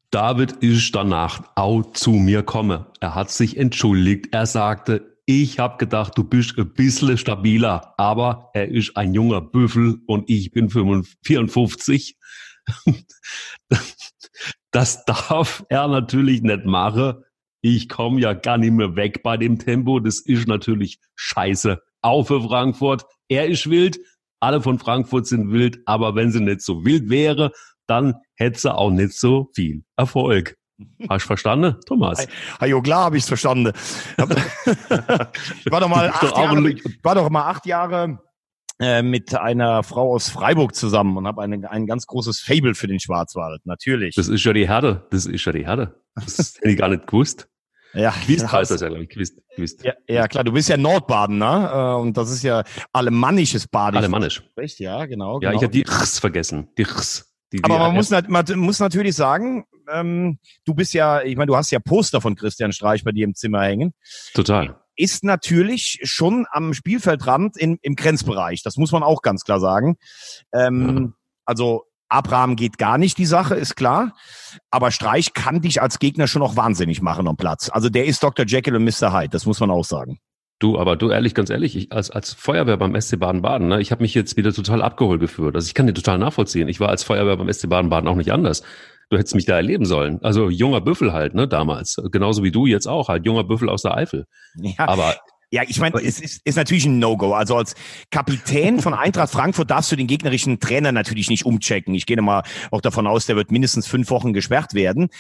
David ist danach auch zu mir gekommen. Er hat sich entschuldigt. Er sagte, ich habe gedacht, du bist ein bisschen stabiler, aber er ist ein junger Büffel und ich bin 54. Das darf er natürlich nicht machen. Ich komme ja gar nicht mehr weg bei dem Tempo. Das ist natürlich scheiße. Auch für Frankfurt. Er ist wild. Alle von Frankfurt sind wild. Aber wenn sie nicht so wild wäre, dann hätte sie auch nicht so viel Erfolg. Hast du verstanden, Thomas? Jo, klar habe ich es verstanden. Ich war doch mal 8 Jahre mit einer Frau aus Freiburg zusammen und habe ein ganz großes Faible für den Schwarzwald, natürlich. Das ist ja die Herde. Das hätte ich gar nicht gewusst. Ja, Quist heißt das ja, glaube ich. Quist. Ja, klar, du bist ja Nordbaden, ne? Und das ist ja alemannisches Badisch. Alemannisch. Recht, ja, genau. Ja, ich habe die Rs vergessen. Die Rs. Aber man muss natürlich sagen, du bist ja, ich meine, du hast ja Poster von Christian Streich bei dir im Zimmer hängen. Total. Ist natürlich schon am Spielfeldrand im Grenzbereich. Das muss man auch ganz klar sagen. Also Abraham geht gar nicht, die Sache ist klar. Aber Streich kann dich als Gegner schon auch wahnsinnig machen am Platz. Also der ist Dr. Jekyll und Mr. Hyde, das muss man auch sagen. Du ehrlich, ganz ehrlich, ich als Feuerwehr beim SC Baden-Baden, ne, ich habe mich jetzt wieder total abgeholt gefühlt. Also ich kann den total nachvollziehen. Ich war als Feuerwehr beim SC Baden-Baden auch nicht anders. Du hättest mich da erleben sollen. Also junger Büffel halt, ne, damals. Genauso wie du jetzt auch, halt junger Büffel aus der Eifel. Ja. Aber ja, ich meine, es ist natürlich ein No-Go. Also als Kapitän von Eintracht Frankfurt darfst du den gegnerischen Trainer natürlich nicht umchecken. Ich gehe mal auch davon aus, der wird mindestens 5 Wochen gesperrt werden.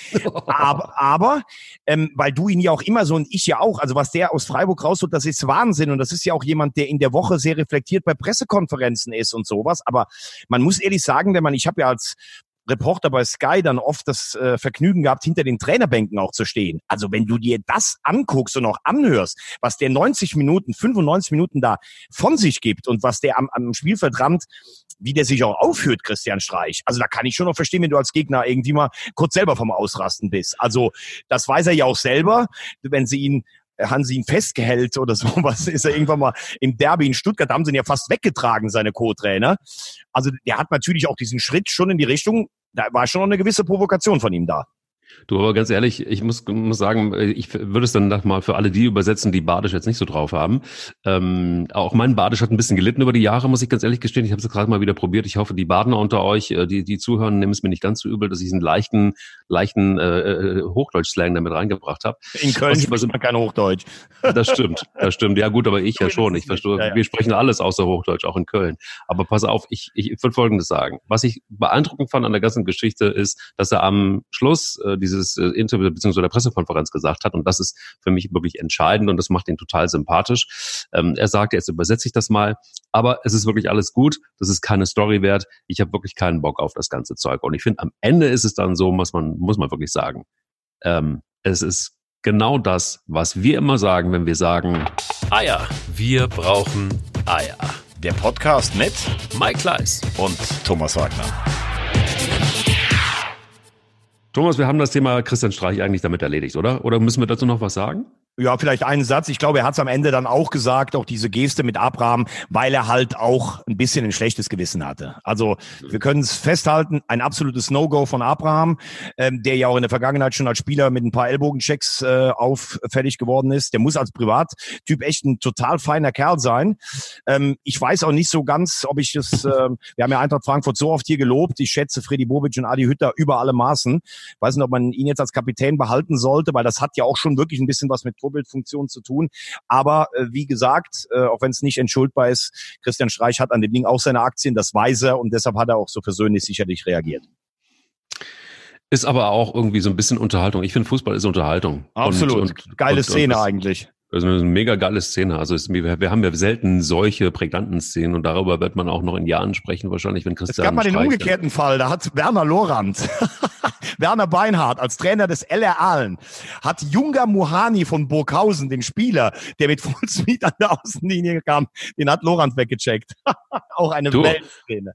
Aber weil du ihn ja auch immer so und ich ja auch, also was der aus Freiburg rausholt, das ist Wahnsinn. Und das ist ja auch jemand, der in der Woche sehr reflektiert bei Pressekonferenzen ist und sowas. Aber man muss ehrlich sagen, ich habe ja als Reporter bei Sky dann oft das Vergnügen gehabt, hinter den Trainerbänken auch zu stehen. Also wenn du dir das anguckst und auch anhörst, was der 95 Minuten da von sich gibt und was der am Spielfeldrand, wie der sich auch aufführt, Christian Streich. Also da kann ich schon noch verstehen, wenn du als Gegner irgendwie mal kurz selber vom Ausrasten bist. Also das weiß er ja auch selber, wenn Hansi ihn festgehält oder sowas, ist er irgendwann mal im Derby in Stuttgart, da haben sie ihn ja fast weggetragen, seine Co-Trainer. Also der hat natürlich auch diesen Schritt schon in die Richtung, da war schon noch eine gewisse Provokation von ihm da. Du, aber ganz ehrlich, ich muss sagen, ich würde es dann mal für alle die übersetzen, die Badisch jetzt nicht so drauf haben. Auch mein Badisch hat ein bisschen gelitten über die Jahre, muss ich ganz ehrlich gestehen. Ich habe es gerade mal wieder probiert. Ich hoffe, die Badener unter euch, die zuhören, nehmen es mir nicht ganz so übel, dass ich einen leichten Hochdeutsch-Slang damit reingebracht habe. In Köln spricht man kein Hochdeutsch. Das stimmt. Ja gut, aber ich ja schon. Ich verstehe, ja. Wir sprechen alles außer Hochdeutsch, auch in Köln. Aber pass auf, ich würde Folgendes sagen. Was ich beeindruckend fand an der ganzen Geschichte ist, dass er am Schluss dieses Interview bzw. der Pressekonferenz gesagt hat, und das ist für mich wirklich entscheidend und das macht ihn total sympathisch. Er sagt, jetzt übersetze ich das mal, aber es ist wirklich alles gut, das ist keine Story wert, ich habe wirklich keinen Bock auf das ganze Zeug. Und ich finde, am Ende ist es dann so, muss man wirklich sagen, es ist genau das, was wir immer sagen, wenn wir sagen, Eier, wir brauchen Eier. Der Podcast mit Mike Kleiss und Thomas Wagner. Thomas, wir haben das Thema Christian Streich eigentlich damit erledigt, oder? Oder müssen wir dazu noch was sagen? Ja, vielleicht einen Satz. Ich glaube, er hat es am Ende dann auch gesagt, auch diese Geste mit Abraham, weil er halt auch ein bisschen ein schlechtes Gewissen hatte. Also wir können es festhalten, ein absolutes No-Go von Abraham, der ja auch in der Vergangenheit schon als Spieler mit ein paar Ellbogenchecks auffällig geworden ist. Der muss als Privattyp echt ein total feiner Kerl sein. Ich weiß auch nicht so ganz, ob ich das, wir haben ja Eintracht Frankfurt so oft hier gelobt. Ich schätze Freddy Bobic und Adi Hütter über alle Maßen. Weiß nicht, ob man ihn jetzt als Kapitän behalten sollte, weil das hat ja auch schon wirklich ein bisschen was mit Vorbildfunktion zu tun. Aber wie gesagt, auch wenn es nicht entschuldbar ist, Christian Streich hat an dem Ding auch seine Aktien, das weiß er und deshalb hat er auch so persönlich sicherlich reagiert. Ist aber auch irgendwie so ein bisschen Unterhaltung. Ich finde, Fußball ist Unterhaltung. Absolut. Geile Szene eigentlich. Das ist eine mega geile Szene. Also wir haben ja selten solche prägnanten Szenen und darüber wird man auch noch in Jahren sprechen wahrscheinlich, wenn Christian Streich... Es gab mal den umgekehrten Fall, da hat Werner Lorand, Werner Beinhardt als Trainer des LR Aalen, hat Junga Muhani von Burghausen, den Spieler, der mit Fullspeed an der Außenlinie kam, den hat Lorand weggecheckt. Auch eine Weltszene.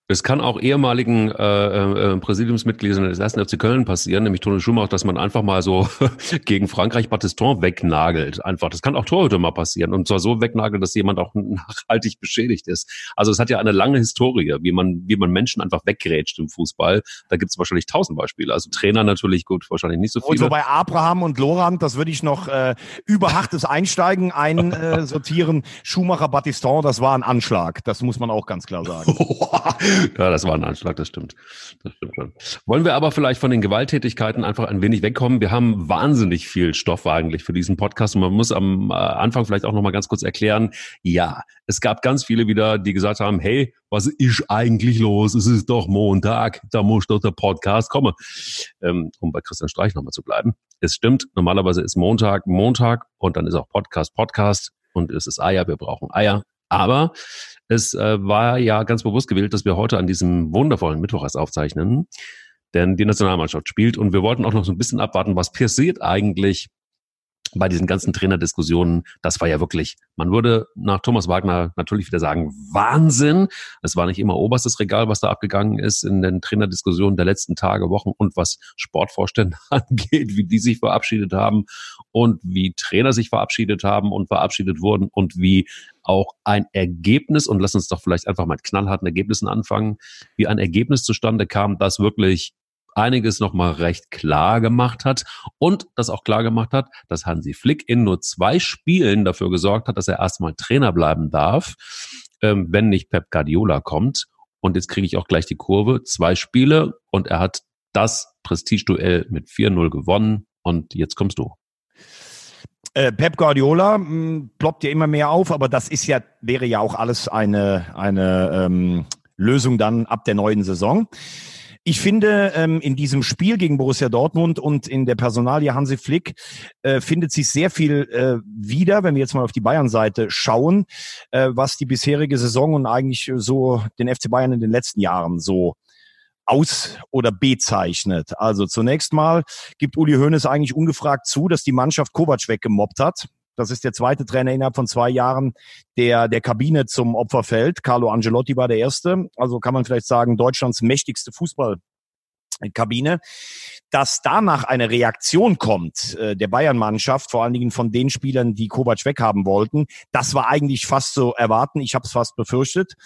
Es kann auch ehemaligen Präsidiumsmitgliedern des 1. FC Köln passieren, nämlich Toni Schumacher, dass man einfach mal so gegen Frankreich Battiston wegnagelt. Einfach. Das kann auch Torhüter mal passieren. Und zwar so wegnagelt, dass jemand auch nachhaltig beschädigt ist. Also es hat ja eine lange Historie, wie man Menschen einfach weggrätscht im Fußball. Da gibt es wahrscheinlich 1000 Beispiele. Also Trainer natürlich gut, wahrscheinlich nicht so viele. Und so bei Abraham und Lorand, das würde ich noch über hartes Einsteigen einsortieren. Schumacher, Battiston, das war ein Anschlag. Das muss man auch ganz klar sagen. Ja, das war ein Anschlag, das stimmt. Das stimmt schon. Wollen wir aber vielleicht von den Gewalttätigkeiten einfach ein wenig wegkommen? Wir haben wahnsinnig viel Stoff eigentlich für diesen Podcast und man muss am Anfang vielleicht auch noch mal ganz kurz erklären, ja, es gab ganz viele wieder, die gesagt haben, hey, was ist eigentlich los? Es ist doch Montag, da muss doch der Podcast kommen. Um bei Christian Streich nochmal zu bleiben. Es stimmt, normalerweise ist Montag und dann ist auch Podcast und es ist Eier, wir brauchen Eier. Aber es war ja ganz bewusst gewählt, dass wir heute an diesem wundervollen Mittwoch erst aufzeichnen, denn die Nationalmannschaft spielt und wir wollten auch noch so ein bisschen abwarten, was passiert eigentlich bei diesen ganzen Trainerdiskussionen. Das war ja wirklich, man würde nach Thomas Wagner natürlich wieder sagen, Wahnsinn. Es war nicht immer oberstes Regal, was da abgegangen ist in den Trainerdiskussionen der letzten Tage, Wochen und was Sportvorstände angeht, wie die sich verabschiedet haben und wie Trainer sich verabschiedet haben und verabschiedet wurden und wie auch ein Ergebnis, und lass uns doch vielleicht einfach mit knallharten Ergebnissen anfangen, wie ein Ergebnis zustande kam, das wirklich einiges nochmal recht klar gemacht hat und das auch klar gemacht hat, dass Hansi Flick in nur 2 Spielen dafür gesorgt hat, dass er erstmal Trainer bleiben darf, wenn nicht Pep Guardiola kommt. Und jetzt kriege ich auch gleich die Kurve. 2 Spiele und er hat das Prestigeduell mit 4-0 gewonnen und jetzt kommst du. Pep Guardiola ploppt ja immer mehr auf, aber das wäre ja auch alles eine Lösung dann ab der neuen Saison. Ich finde, in diesem Spiel gegen Borussia Dortmund und in der Personalie Hansi Flick findet sich sehr viel wieder, wenn wir jetzt mal auf die Bayern-Seite schauen, was die bisherige Saison und eigentlich so den FC Bayern in den letzten Jahren so aus- oder bezeichnet. Also zunächst mal gibt Uli Hoeneß eigentlich ungefragt zu, dass die Mannschaft Kovac weggemobbt hat. Das ist der zweite Trainer innerhalb von 2 Jahren, der Kabine zum Opfer fällt. Carlo Ancelotti war der erste. Also kann man vielleicht sagen, Deutschlands mächtigste Fußballkabine. Dass danach eine Reaktion kommt der Bayern-Mannschaft, vor allen Dingen von den Spielern, die Kovac weghaben wollten, das war eigentlich fast zu erwarten. Ich habe es fast befürchtet.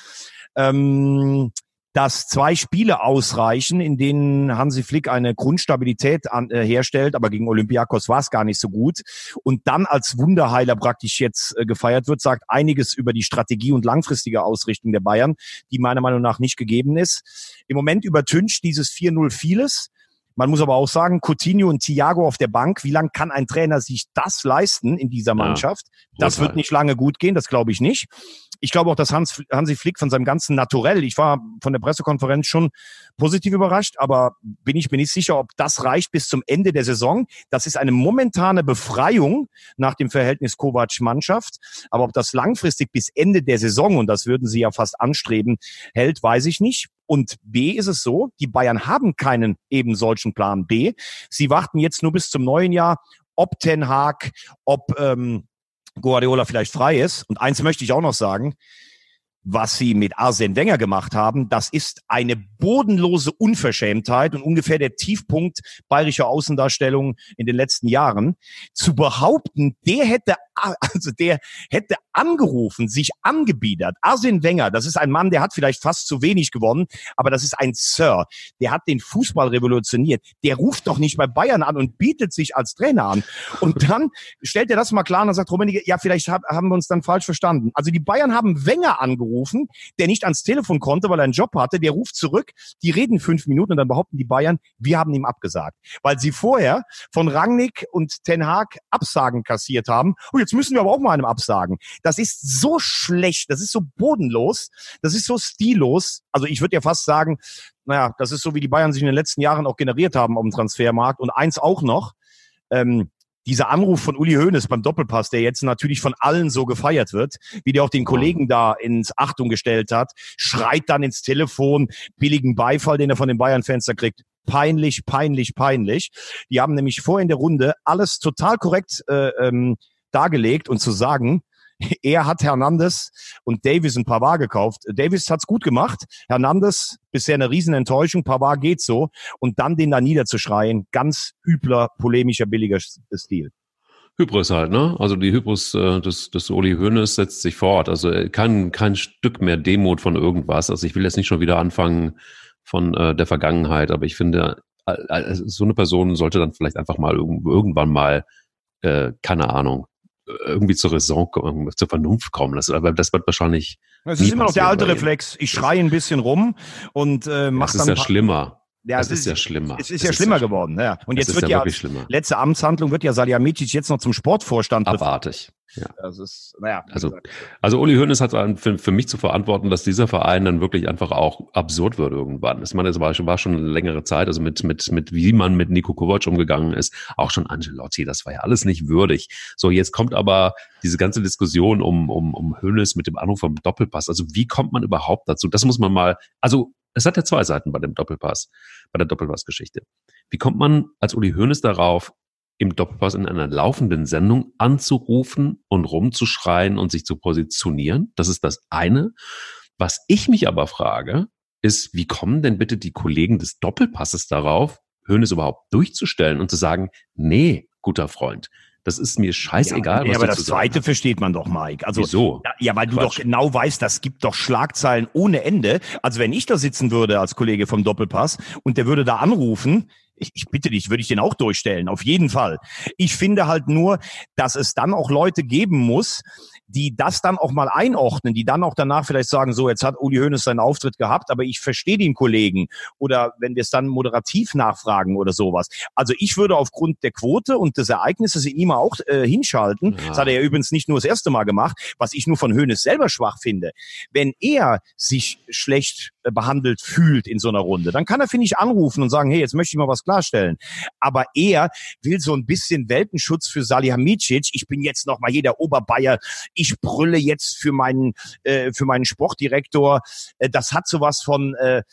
Dass 2 Spiele ausreichen, in denen Hansi Flick eine Grundstabilität herstellt, aber gegen Olympiakos war es gar nicht so gut und dann als Wunderheiler praktisch jetzt gefeiert wird, sagt einiges über die Strategie und langfristige Ausrichtung der Bayern, die meiner Meinung nach nicht gegeben ist. Im Moment übertüncht dieses 4-0 vieles. Man muss aber auch sagen, Coutinho und Thiago auf der Bank, wie lange kann ein Trainer sich das leisten in dieser Mannschaft? Ja, das wird nicht lange gut gehen, das glaube ich nicht. Ich glaube auch, dass Hansi Flick von seinem ganzen Naturell, ich war von der Pressekonferenz schon positiv überrascht, aber bin ich mir nicht sicher, ob das reicht bis zum Ende der Saison. Das ist eine momentane Befreiung nach dem Verhältnis Kovac-Mannschaft. Aber ob das langfristig bis Ende der Saison, und das würden sie ja fast anstreben, hält, weiß ich nicht. Und B ist es so, die Bayern haben keinen eben solchen Plan B. Sie warten jetzt nur bis zum neuen Jahr, ob Ten Hag, ob Guardiola vielleicht frei ist. Und eins möchte ich auch noch sagen, was sie mit Arsène Wenger gemacht haben, das ist eine bodenlose Unverschämtheit und ungefähr der Tiefpunkt bayerischer Außendarstellung in den letzten Jahren. Zu behaupten, der hätte angerufen, sich angebiedert. Arsène Wenger, das ist ein Mann, der hat vielleicht fast zu wenig gewonnen, aber das ist ein Sir. Der hat den Fußball revolutioniert. Der ruft doch nicht bei Bayern an und bietet sich als Trainer an. Und dann stellt er das mal klar und dann sagt Rummenigge, ja, vielleicht haben wir uns dann falsch verstanden. Also die Bayern haben Wenger angerufen, der nicht ans Telefon konnte, weil er einen Job hatte. Der ruft zurück, die reden 5 Minuten und dann behaupten die Bayern, wir haben ihm abgesagt. Weil sie vorher von Rangnick und Ten Hag Absagen kassiert haben. Und jetzt müssen wir aber auch mal einem absagen. Das ist so schlecht, das ist so bodenlos, das ist so stillos. Also ich würde ja fast sagen, naja, das ist so, wie die Bayern sich in den letzten Jahren auch generiert haben auf dem Transfermarkt. Und eins auch noch, dieser Anruf von Uli Hoeneß beim Doppelpass, der jetzt natürlich von allen so gefeiert wird, wie der auch den Kollegen da ins Achtung gestellt hat, schreit dann ins Telefon, billigen Beifall, den er von den Bayern-Fans da kriegt. Peinlich, peinlich, peinlich. Die haben nämlich vor in der Runde alles total korrekt dargelegt und zu sagen, Er hat Hernandez und Davis und Pavard gekauft. Davis hat's gut gemacht. Hernandez, bisher eine Riesenenttäuschung. Pavard geht so. Und dann den da niederzuschreien, ganz übler, polemischer, billiger Stil. Hybris halt, ne? Also die Hybris des Uli Hoeneß setzt sich fort. Also kein Stück mehr Demut von irgendwas. Also ich will jetzt nicht schon wieder anfangen von der Vergangenheit, aber ich finde, so eine Person sollte dann vielleicht einfach mal irgendwann mal, keine Ahnung, irgendwie zur Raison kommen, zur Vernunft kommen. Aber das wird wahrscheinlich. Es ist immer noch der alte Reflex. Ich schreie ein bisschen rum und mach dann. Das ist ja schlimmer. Ja, das ist ja schlimmer. Es ist ja schlimmer geworden, ja. Und jetzt wird ja als letzte Amtshandlung wird ja Salihamidzic jetzt noch zum Sportvorstand. Abartig. Ja. Das ist, naja. Also Uli Hoeneß hat für mich zu verantworten, dass dieser Verein dann wirklich einfach auch absurd wird irgendwann. Ich meine, es war schon eine längere Zeit, also mit wie man mit Niko Kovac umgegangen ist, auch schon Ancelotti, das war ja alles nicht würdig. So, jetzt kommt aber diese ganze Diskussion um Hoeneß mit dem Anruf vom Doppelpass. Also wie kommt man überhaupt dazu? Das muss man mal, also es hat ja zwei Seiten bei dem Doppelpass, bei der Doppelpass-Geschichte. Wie kommt man als Uli Hoeneß darauf, im Doppelpass in einer laufenden Sendung anzurufen und rumzuschreien und sich zu positionieren? Das ist das eine. Was ich mich aber frage, ist, wie kommen denn bitte die Kollegen des Doppelpasses darauf, Hoeneß überhaupt durchzustellen und zu sagen, nee, guter Freund, das ist mir scheißegal. Ja, aber das Zweite versteht man doch, Mike. Also, wieso? Ja, weil du doch genau weißt, das gibt doch Schlagzeilen ohne Ende. Also wenn ich da sitzen würde als Kollege vom Doppelpass und der würde da anrufen, ich bitte dich, würde ich den auch durchstellen, auf jeden Fall. Ich finde halt nur, dass es dann auch Leute geben muss, die das dann auch mal einordnen, die dann auch danach vielleicht sagen, so, jetzt hat Uli Hoeneß seinen Auftritt gehabt, aber ich verstehe den Kollegen. Oder wenn wir es dann moderativ nachfragen oder sowas. Also ich würde aufgrund der Quote und des Ereignisses in ihm auch hinschalten. Ja. Das hat er ja übrigens nicht nur das erste Mal gemacht, was ich nur von Hoeneß selber schwach finde. Wenn er sich schlecht behandelt fühlt in so einer Runde, dann kann er, finde ich, anrufen und sagen, hey, jetzt möchte ich mal was klarstellen. Aber er will so ein bisschen Weltenschutz für Salihamidzic. Ich bin jetzt noch mal hier der Oberbayer. Ich brülle jetzt für meinen Sportdirektor. Das hat sowas von,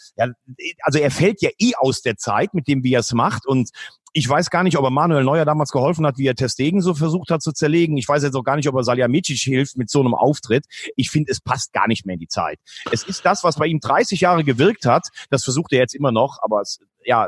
also er fällt ja aus der Zeit mit dem, wie er es macht. Und ich weiß gar nicht, ob er Manuel Neuer damals geholfen hat, wie er Ter Stegen so versucht hat zu zerlegen. Ich weiß jetzt auch gar nicht, ob er Salihamidzic hilft mit so einem Auftritt. Ich finde, es passt gar nicht mehr in die Zeit. Es ist das, was bei ihm 30 Jahre gewirkt hat. Das versucht er jetzt immer noch, aber es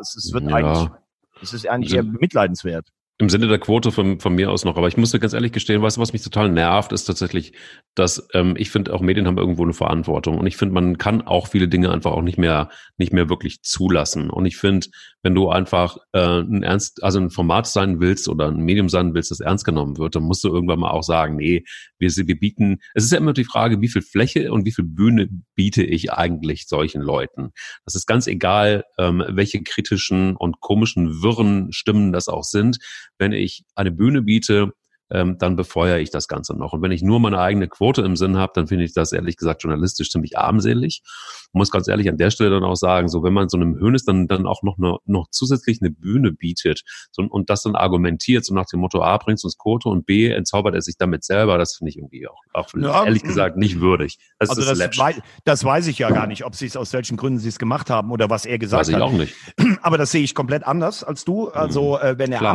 ist eigentlich eher bemitleidenswert. Im Sinne der Quote von mir aus noch, aber ich muss dir ganz ehrlich gestehen, weißt du, was mich total nervt, ist tatsächlich, dass ich finde, auch Medien haben irgendwo eine Verantwortung und ich finde, man kann auch viele Dinge einfach auch nicht mehr wirklich zulassen und ich finde, wenn du einfach ein Format sein willst oder ein Medium sein willst, das ernst genommen wird, dann musst du irgendwann mal auch sagen, nee, wir bieten, es ist ja immer die Frage, wie viel Fläche und wie viel Bühne biete ich eigentlich solchen Leuten. Das ist ganz egal, welche kritischen und komischen, wirren Stimmen das auch sind. Wenn ich eine Bühne biete, dann befeuere ich das Ganze noch. Und wenn ich nur meine eigene Quote im Sinn habe, dann finde ich das ehrlich gesagt journalistisch ziemlich armselig. Ich muss ganz ehrlich an der Stelle dann auch sagen, so wenn man so einem Hoeneß dann auch noch zusätzlich eine Bühne bietet und das dann argumentiert, so nach dem Motto A, bringt uns Quote und B, entzaubert er sich damit selber, das finde ich irgendwie auch ehrlich gesagt nicht würdig. Das weiß ich ja gar nicht, ob sie es aus welchen Gründen sie es gemacht haben oder was er gesagt hat. Weiß ich auch nicht. Aber das sehe ich komplett anders als du. Also wenn er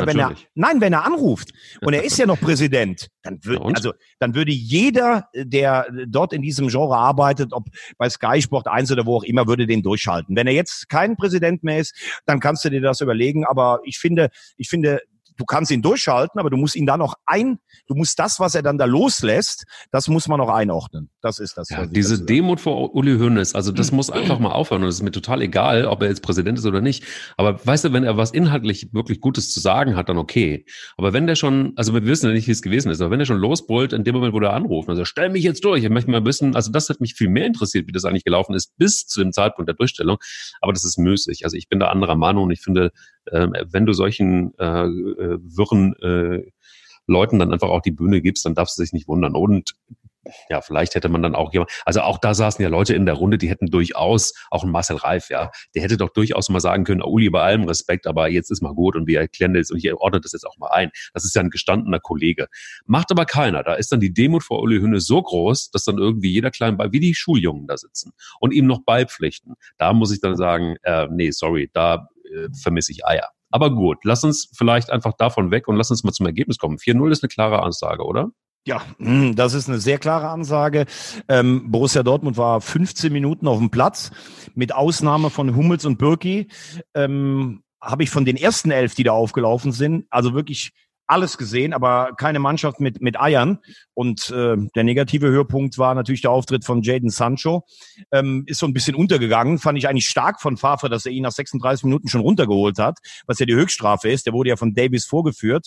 anruft und er ist ja noch Präsident, dann würde jeder, der dort in diesem Genre arbeitet, ob bei Sky Sport 1 oder wo auch immer, würde den durchschalten. Wenn er jetzt kein Präsident mehr ist, dann kannst du dir das überlegen. Aber ich finde, du kannst ihn durchschalten, aber du musst ihn dann noch du musst das, was er dann da loslässt, das muss man noch einordnen. Das ist das. Ja, diese Demut vor Uli Hoeneß, also das muss einfach mal aufhören und es ist mir total egal, ob er jetzt Präsident ist oder nicht. Aber weißt du, wenn er was inhaltlich wirklich Gutes zu sagen hat, dann okay. Aber wenn der schon, also wir wissen ja nicht, wie es gewesen ist, aber wenn der schon losbrüllt, in dem Moment, wo der anruft, also stell mich jetzt durch, ich möchte mal wissen, also das hat mich viel mehr interessiert, wie das eigentlich gelaufen ist, bis zu dem Zeitpunkt der Durchstellung. Aber das ist müßig. Also ich bin da anderer Meinung und ich finde, wenn du solchen wirren Leuten dann einfach auch die Bühne gibst, dann darfst du dich nicht wundern. Und ja, vielleicht hätte man dann auch jemand, also auch da saßen ja Leute in der Runde, die hätten durchaus, auch ein Marcel Reif, ja, der hätte doch durchaus mal sagen können, Uli, bei allem Respekt, aber jetzt ist mal gut und wir erklären das und ich ordne das jetzt auch mal ein. Das ist ja ein gestandener Kollege. Macht aber keiner. Da ist dann die Demut vor Uli Hoeneß so groß, dass dann irgendwie jeder klein wie die Schuljungen da sitzen und ihm noch beipflichten. Da muss ich dann sagen, nee, sorry, da vermisse ich Eier. Aber gut, lass uns vielleicht einfach davon weg und lass uns mal zum Ergebnis kommen. 4-0 ist eine klare Ansage, oder? Ja, das ist eine sehr klare Ansage. Borussia Dortmund war 15 Minuten auf dem Platz. Mit Ausnahme von Hummels und Birki habe ich von den ersten 11, die da aufgelaufen sind, also wirklich alles gesehen, aber keine Mannschaft mit Eiern. Und der negative Höhepunkt war natürlich der Auftritt von Jadon Sancho. Ist so ein bisschen untergegangen. Fand ich eigentlich stark von Favre, dass er ihn nach 36 Minuten schon runtergeholt hat, was ja die Höchststrafe ist. Der wurde ja von Davies vorgeführt.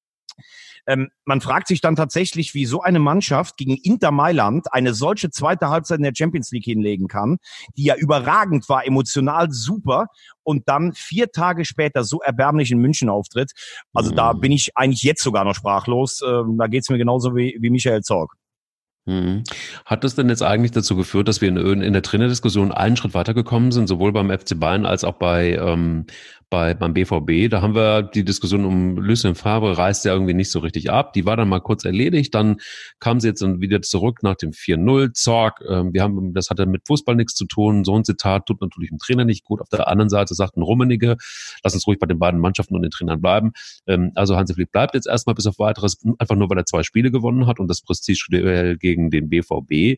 Man fragt sich dann tatsächlich, wie so eine Mannschaft gegen Inter Mailand eine solche zweite Halbzeit in der Champions League hinlegen kann, die ja überragend war, emotional super, und dann 4 Tage später so erbärmlich in München auftritt. Also da bin ich eigentlich jetzt sogar noch sprachlos. Da geht's mir genauso wie Michael Zorc. Hat das denn jetzt eigentlich dazu geführt, dass wir in der Trainerdiskussion einen Schritt weitergekommen sind, sowohl beim FC Bayern als auch beim BVB? Da haben wir die Diskussion um Lucien Favre, reißt ja irgendwie nicht so richtig ab. Die war dann mal kurz erledigt, dann kam sie jetzt dann wieder zurück nach dem 4-0. Zorc, das hat ja mit Fußball nichts zu tun. So ein Zitat tut natürlich dem Trainer nicht gut. Auf der anderen Seite sagt ein Rummenigge, lass uns ruhig bei den beiden Mannschaften und den Trainern bleiben. Also Hansi Flick bleibt jetzt erstmal bis auf Weiteres, einfach nur, weil er 2 Spiele gewonnen hat und das Prestigeduell gegen den BVB.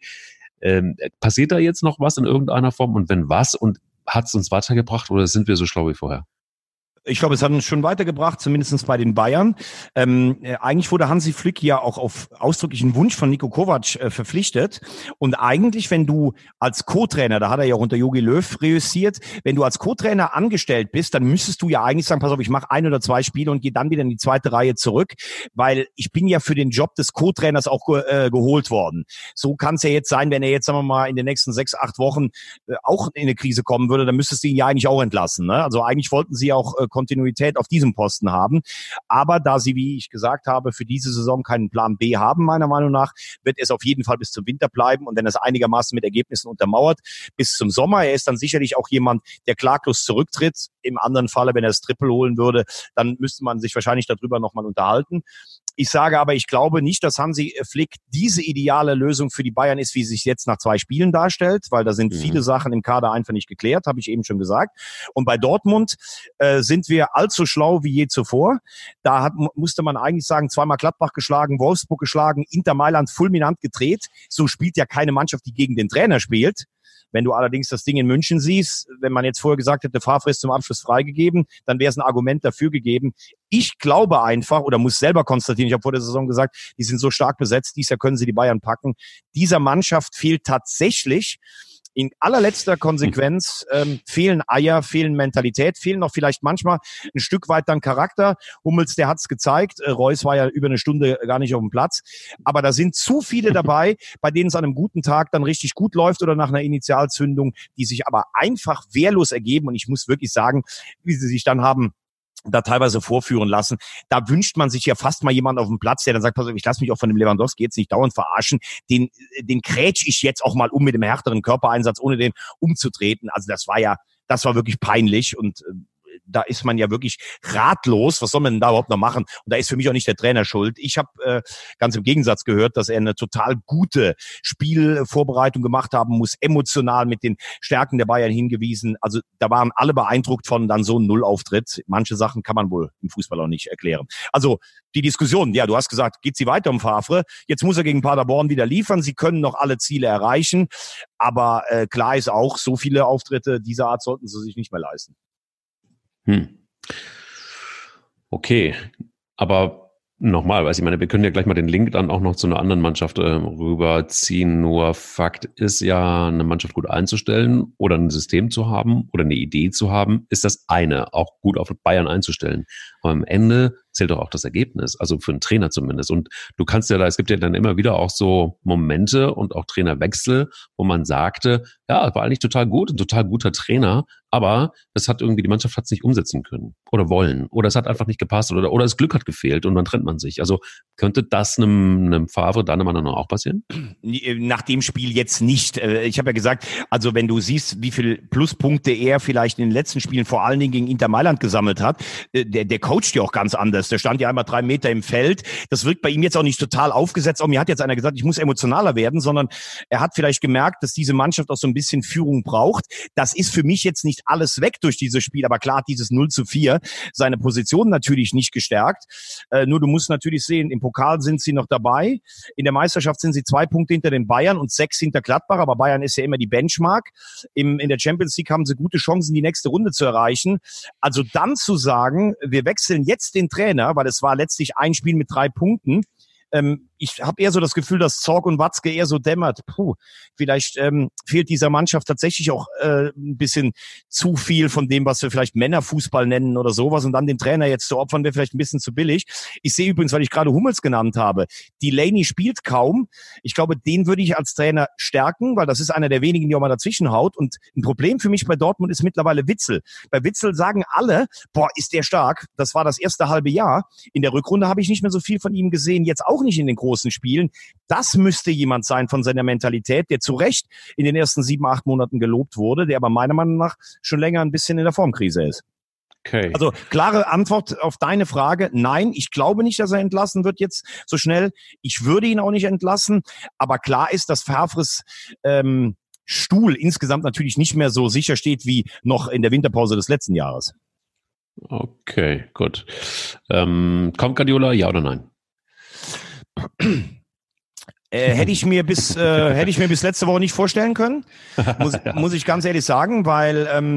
Passiert da jetzt noch was in irgendeiner Form, und wenn was, und hat es uns weitergebracht, oder sind wir so schlau wie vorher? Ich glaube, es hat uns schon weitergebracht, zumindest bei den Bayern. Eigentlich wurde Hansi Flick ja auch auf ausdrücklichen Wunsch von Niko Kovac verpflichtet. Und eigentlich, wenn du als Co-Trainer, da hat er ja auch unter Jogi Löw reüssiert, wenn du als Co-Trainer angestellt bist, dann müsstest du ja eigentlich sagen, pass auf, ich mache 1 oder 2 Spiele und gehe dann wieder in die zweite Reihe zurück, weil ich bin ja für den Job des Co-Trainers auch geholt worden. So kann es ja jetzt sein, wenn er jetzt, sagen wir mal, in den nächsten 6, 8 Wochen auch in eine Krise kommen würde, dann müsstest du ihn ja eigentlich auch entlassen. Ne? Also eigentlich wollten sie auch Kontinuität auf diesem Posten haben. Aber da sie, wie ich gesagt habe, für diese Saison keinen Plan B haben, meiner Meinung nach, wird es auf jeden Fall bis zum Winter bleiben, und wenn es einigermaßen mit Ergebnissen untermauert, bis zum Sommer. Er ist dann sicherlich auch jemand, der klaglos zurücktritt. Im anderen Falle, wenn er das Triple holen würde, dann müsste man sich wahrscheinlich darüber nochmal unterhalten. Ich sage aber, ich glaube nicht, dass Hansi Flick diese ideale Lösung für die Bayern ist, wie sie sich jetzt nach 2 Spielen darstellt, weil da sind viele Sachen im Kader einfach nicht geklärt, habe ich eben schon gesagt. Und bei Dortmund sind wir allzu schlau wie je zuvor. Da musste man eigentlich sagen, 2-mal Gladbach geschlagen, Wolfsburg geschlagen, Inter Mailand fulminant gedreht. So spielt ja keine Mannschaft, die gegen den Trainer spielt. Wenn du allerdings das Ding in München siehst, wenn man jetzt vorher gesagt hätte, Favre ist zum Abschluss freigegeben, dann wäre es ein Argument dafür gegeben. Ich glaube einfach, oder muss selber konstatieren, ich habe vor der Saison gesagt, die sind so stark besetzt, dieses Jahr können sie die Bayern packen. Dieser Mannschaft fehlt tatsächlich in allerletzter Konsequenz fehlen Eier, fehlen Mentalität, fehlen noch vielleicht manchmal ein Stück weit dann Charakter. Hummels, der hat's gezeigt. Reus war ja über eine Stunde gar nicht auf dem Platz. Aber da sind zu viele dabei, bei denen es an einem guten Tag dann richtig gut läuft oder nach einer Initialzündung, die sich aber einfach wehrlos ergeben. Und ich muss wirklich sagen, wie sie sich dann haben da teilweise vorführen lassen. Da wünscht man sich ja fast mal jemanden auf dem Platz, der dann sagt, pass auf, ich lasse mich auch von dem Lewandowski jetzt nicht dauernd verarschen. Den grätsch ich jetzt auch mal um mit dem härteren Körpereinsatz, ohne den umzutreten. Also das war wirklich peinlich, und da ist man ja wirklich ratlos. Was soll man denn da überhaupt noch machen? Und da ist für mich auch nicht der Trainer schuld. Ich habe ganz im Gegensatz gehört, dass er eine total gute Spielvorbereitung gemacht haben muss, emotional mit den Stärken der Bayern hingewiesen. Also da waren alle beeindruckt von dann so einem Nullauftritt. Manche Sachen kann man wohl im Fußball auch nicht erklären. Also die Diskussion, ja, du hast gesagt, geht sie weiter um Favre. Jetzt muss er gegen Paderborn wieder liefern. Sie können noch alle Ziele erreichen. Aber klar ist auch, so viele Auftritte dieser Art sollten sie sich nicht mehr leisten. Okay, aber nochmal, ich meine, wir können ja gleich mal den Link dann auch noch zu einer anderen Mannschaft rüberziehen. Nur Fakt ist ja, eine Mannschaft gut einzustellen oder ein System zu haben oder eine Idee zu haben, ist das eine, auch gut auf Bayern einzustellen. Aber am Ende zählt doch auch das Ergebnis, also für einen Trainer zumindest. Und du kannst ja es gibt ja dann immer wieder auch so Momente und auch Trainerwechsel, wo man sagte, ja, war eigentlich total gut, ein total guter Trainer, aber die Mannschaft hat es nicht umsetzen können oder wollen oder es hat einfach nicht gepasst oder das Glück hat gefehlt und dann trennt man sich. Also könnte das einem Favre deiner Meinung nach auch passieren? Nach dem Spiel jetzt nicht. Ich habe ja gesagt, also wenn du siehst, wie viel Pluspunkte er vielleicht in den letzten Spielen vor allen Dingen gegen Inter Mailand gesammelt hat, der coacht ja auch ganz anders Fairness. Der stand ja einmal 3 Meter im Feld. Das wirkt bei ihm jetzt auch nicht total aufgesetzt. Auch mir hat jetzt einer gesagt, ich muss emotionaler werden, sondern er hat vielleicht gemerkt, dass diese Mannschaft auch so ein bisschen Führung braucht. Das ist für mich jetzt nicht alles weg durch dieses Spiel, aber klar hat dieses 0:4 seine Position natürlich nicht gestärkt. Nur du musst natürlich sehen, im Pokal sind sie noch dabei. In der Meisterschaft sind sie 2 Punkte hinter den Bayern und 6 hinter Gladbach, aber Bayern ist ja immer die Benchmark. In der Champions League haben sie gute Chancen, die nächste Runde zu erreichen. Also dann zu sagen, wir wechseln jetzt den Trainer, weil es war letztlich ein Spiel mit 3 Punkten. Ich habe eher so das Gefühl, dass Zorc und Watzke eher so dämmert. Vielleicht fehlt dieser Mannschaft tatsächlich auch ein bisschen zu viel von dem, was wir vielleicht Männerfußball nennen oder sowas. Und dann den Trainer jetzt zu opfern, wäre vielleicht ein bisschen zu billig. Ich sehe übrigens, weil ich gerade Hummels genannt habe, Delaney spielt kaum. Ich glaube, den würde ich als Trainer stärken, weil das ist einer der wenigen, die auch mal dazwischen haut. Und ein Problem für mich bei Dortmund ist mittlerweile Witsel. Bei Witsel sagen alle, ist der stark. Das war das erste halbe Jahr. In der Rückrunde habe ich nicht mehr so viel von ihm gesehen, jetzt auch nicht in den großen Spielen. Das müsste jemand sein von seiner Mentalität, der zu Recht in den ersten 7, 8 Monaten gelobt wurde, der aber meiner Meinung nach schon länger ein bisschen in der Formkrise ist. Okay. Also klare Antwort auf deine Frage, nein, ich glaube nicht, dass er entlassen wird jetzt so schnell. Ich würde ihn auch nicht entlassen, aber klar ist, dass Favres Stuhl insgesamt natürlich nicht mehr so sicher steht wie noch in der Winterpause des letzten Jahres. Okay, gut. Kommt Guardiola, ja oder nein? Hätte ich mir bis letzte Woche nicht vorstellen können, muss ich ganz ehrlich sagen, weil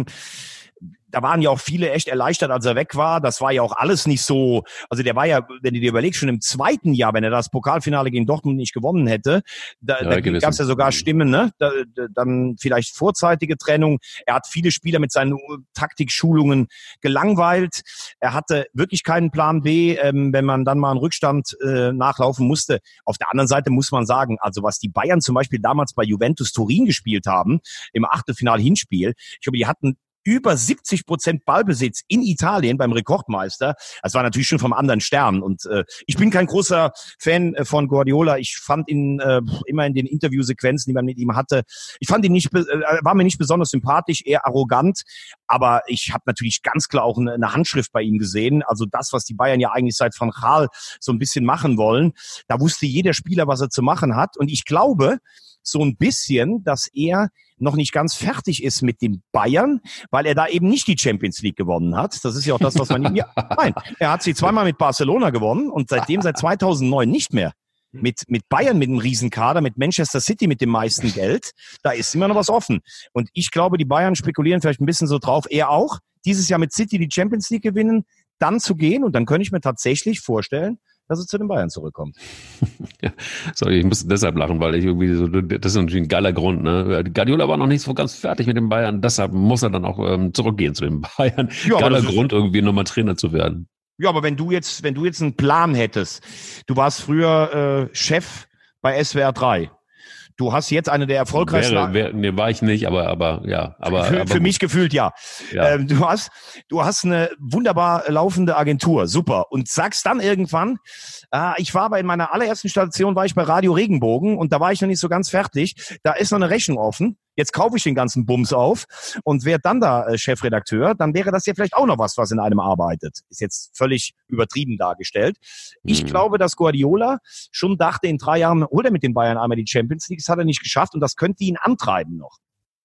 da waren ja auch viele echt erleichtert, als er weg war. Das war ja auch alles nicht so, also der war ja, wenn du dir überlegst, schon im zweiten Jahr, wenn er das Pokalfinale gegen Dortmund nicht gewonnen hätte, da gab es ja sogar Stimmen, ne? Dann vielleicht vorzeitige Trennung. Er hat viele Spieler mit seinen Taktikschulungen gelangweilt. Er hatte wirklich keinen Plan B, wenn man dann mal einen Rückstand nachlaufen musste. Auf der anderen Seite muss man sagen, also was die Bayern zum Beispiel damals bei Juventus Turin gespielt haben, im Achtelfinal-Hinspiel, ich glaube, die hatten über 70% Ballbesitz in Italien beim Rekordmeister. Das war natürlich schon vom anderen Stern. Und ich bin kein großer Fan von Guardiola. Ich fand ihn immer in den Interviewsequenzen, die man mit ihm hatte, ich fand ihn war mir nicht besonders sympathisch, eher arrogant. Aber ich habe natürlich ganz klar auch eine Handschrift bei ihm gesehen. Also das, was die Bayern ja eigentlich seit Van Gaal so ein bisschen machen wollen. Da wusste jeder Spieler, was er zu machen hat. Und ich glaube so ein bisschen, dass er noch nicht ganz fertig ist mit den Bayern, weil er da eben nicht die Champions League gewonnen hat. Das ist ja auch das, was man ihm nein, er hat sie zweimal mit Barcelona gewonnen und seitdem seit 2009 nicht mehr. Mit Bayern mit einem Riesenkader, mit Manchester City mit dem meisten Geld, da ist immer noch was offen. Und ich glaube, die Bayern spekulieren vielleicht ein bisschen so drauf, er auch, dieses Jahr mit City die Champions League gewinnen, dann zu gehen und dann könnte ich mir tatsächlich vorstellen, dass er zu den Bayern zurückkommt. Ja, sorry, ich muss deshalb lachen, weil ich irgendwie so, das ist natürlich ein geiler Grund, ne? Guardiola war noch nicht so ganz fertig mit den Bayern, deshalb muss er dann auch zurückgehen zu den Bayern. Ja, geiler Grund, irgendwie nochmal Trainer zu werden. Ja, aber wenn du jetzt einen Plan hättest, du warst früher Chef bei SWR 3. Du hast jetzt eine der erfolgreichsten... Nee, war ich nicht, aber ja. Für mich gefühlt ja. Du hast eine wunderbar laufende Agentur, super. Und sagst dann irgendwann, ich war in meiner allerersten Station, war ich bei Radio Regenbogen und da war ich noch nicht so ganz fertig. Da ist noch eine Rechnung offen. Jetzt kaufe ich den ganzen Bums auf und wäre dann da Chefredakteur, dann wäre das ja vielleicht auch noch was in einem arbeitet. Ist jetzt völlig übertrieben dargestellt. Ich glaube, dass Guardiola schon dachte, in 3 Jahren holt er mit den Bayern einmal die Champions League. Das hat er nicht geschafft und das könnte ihn antreiben noch.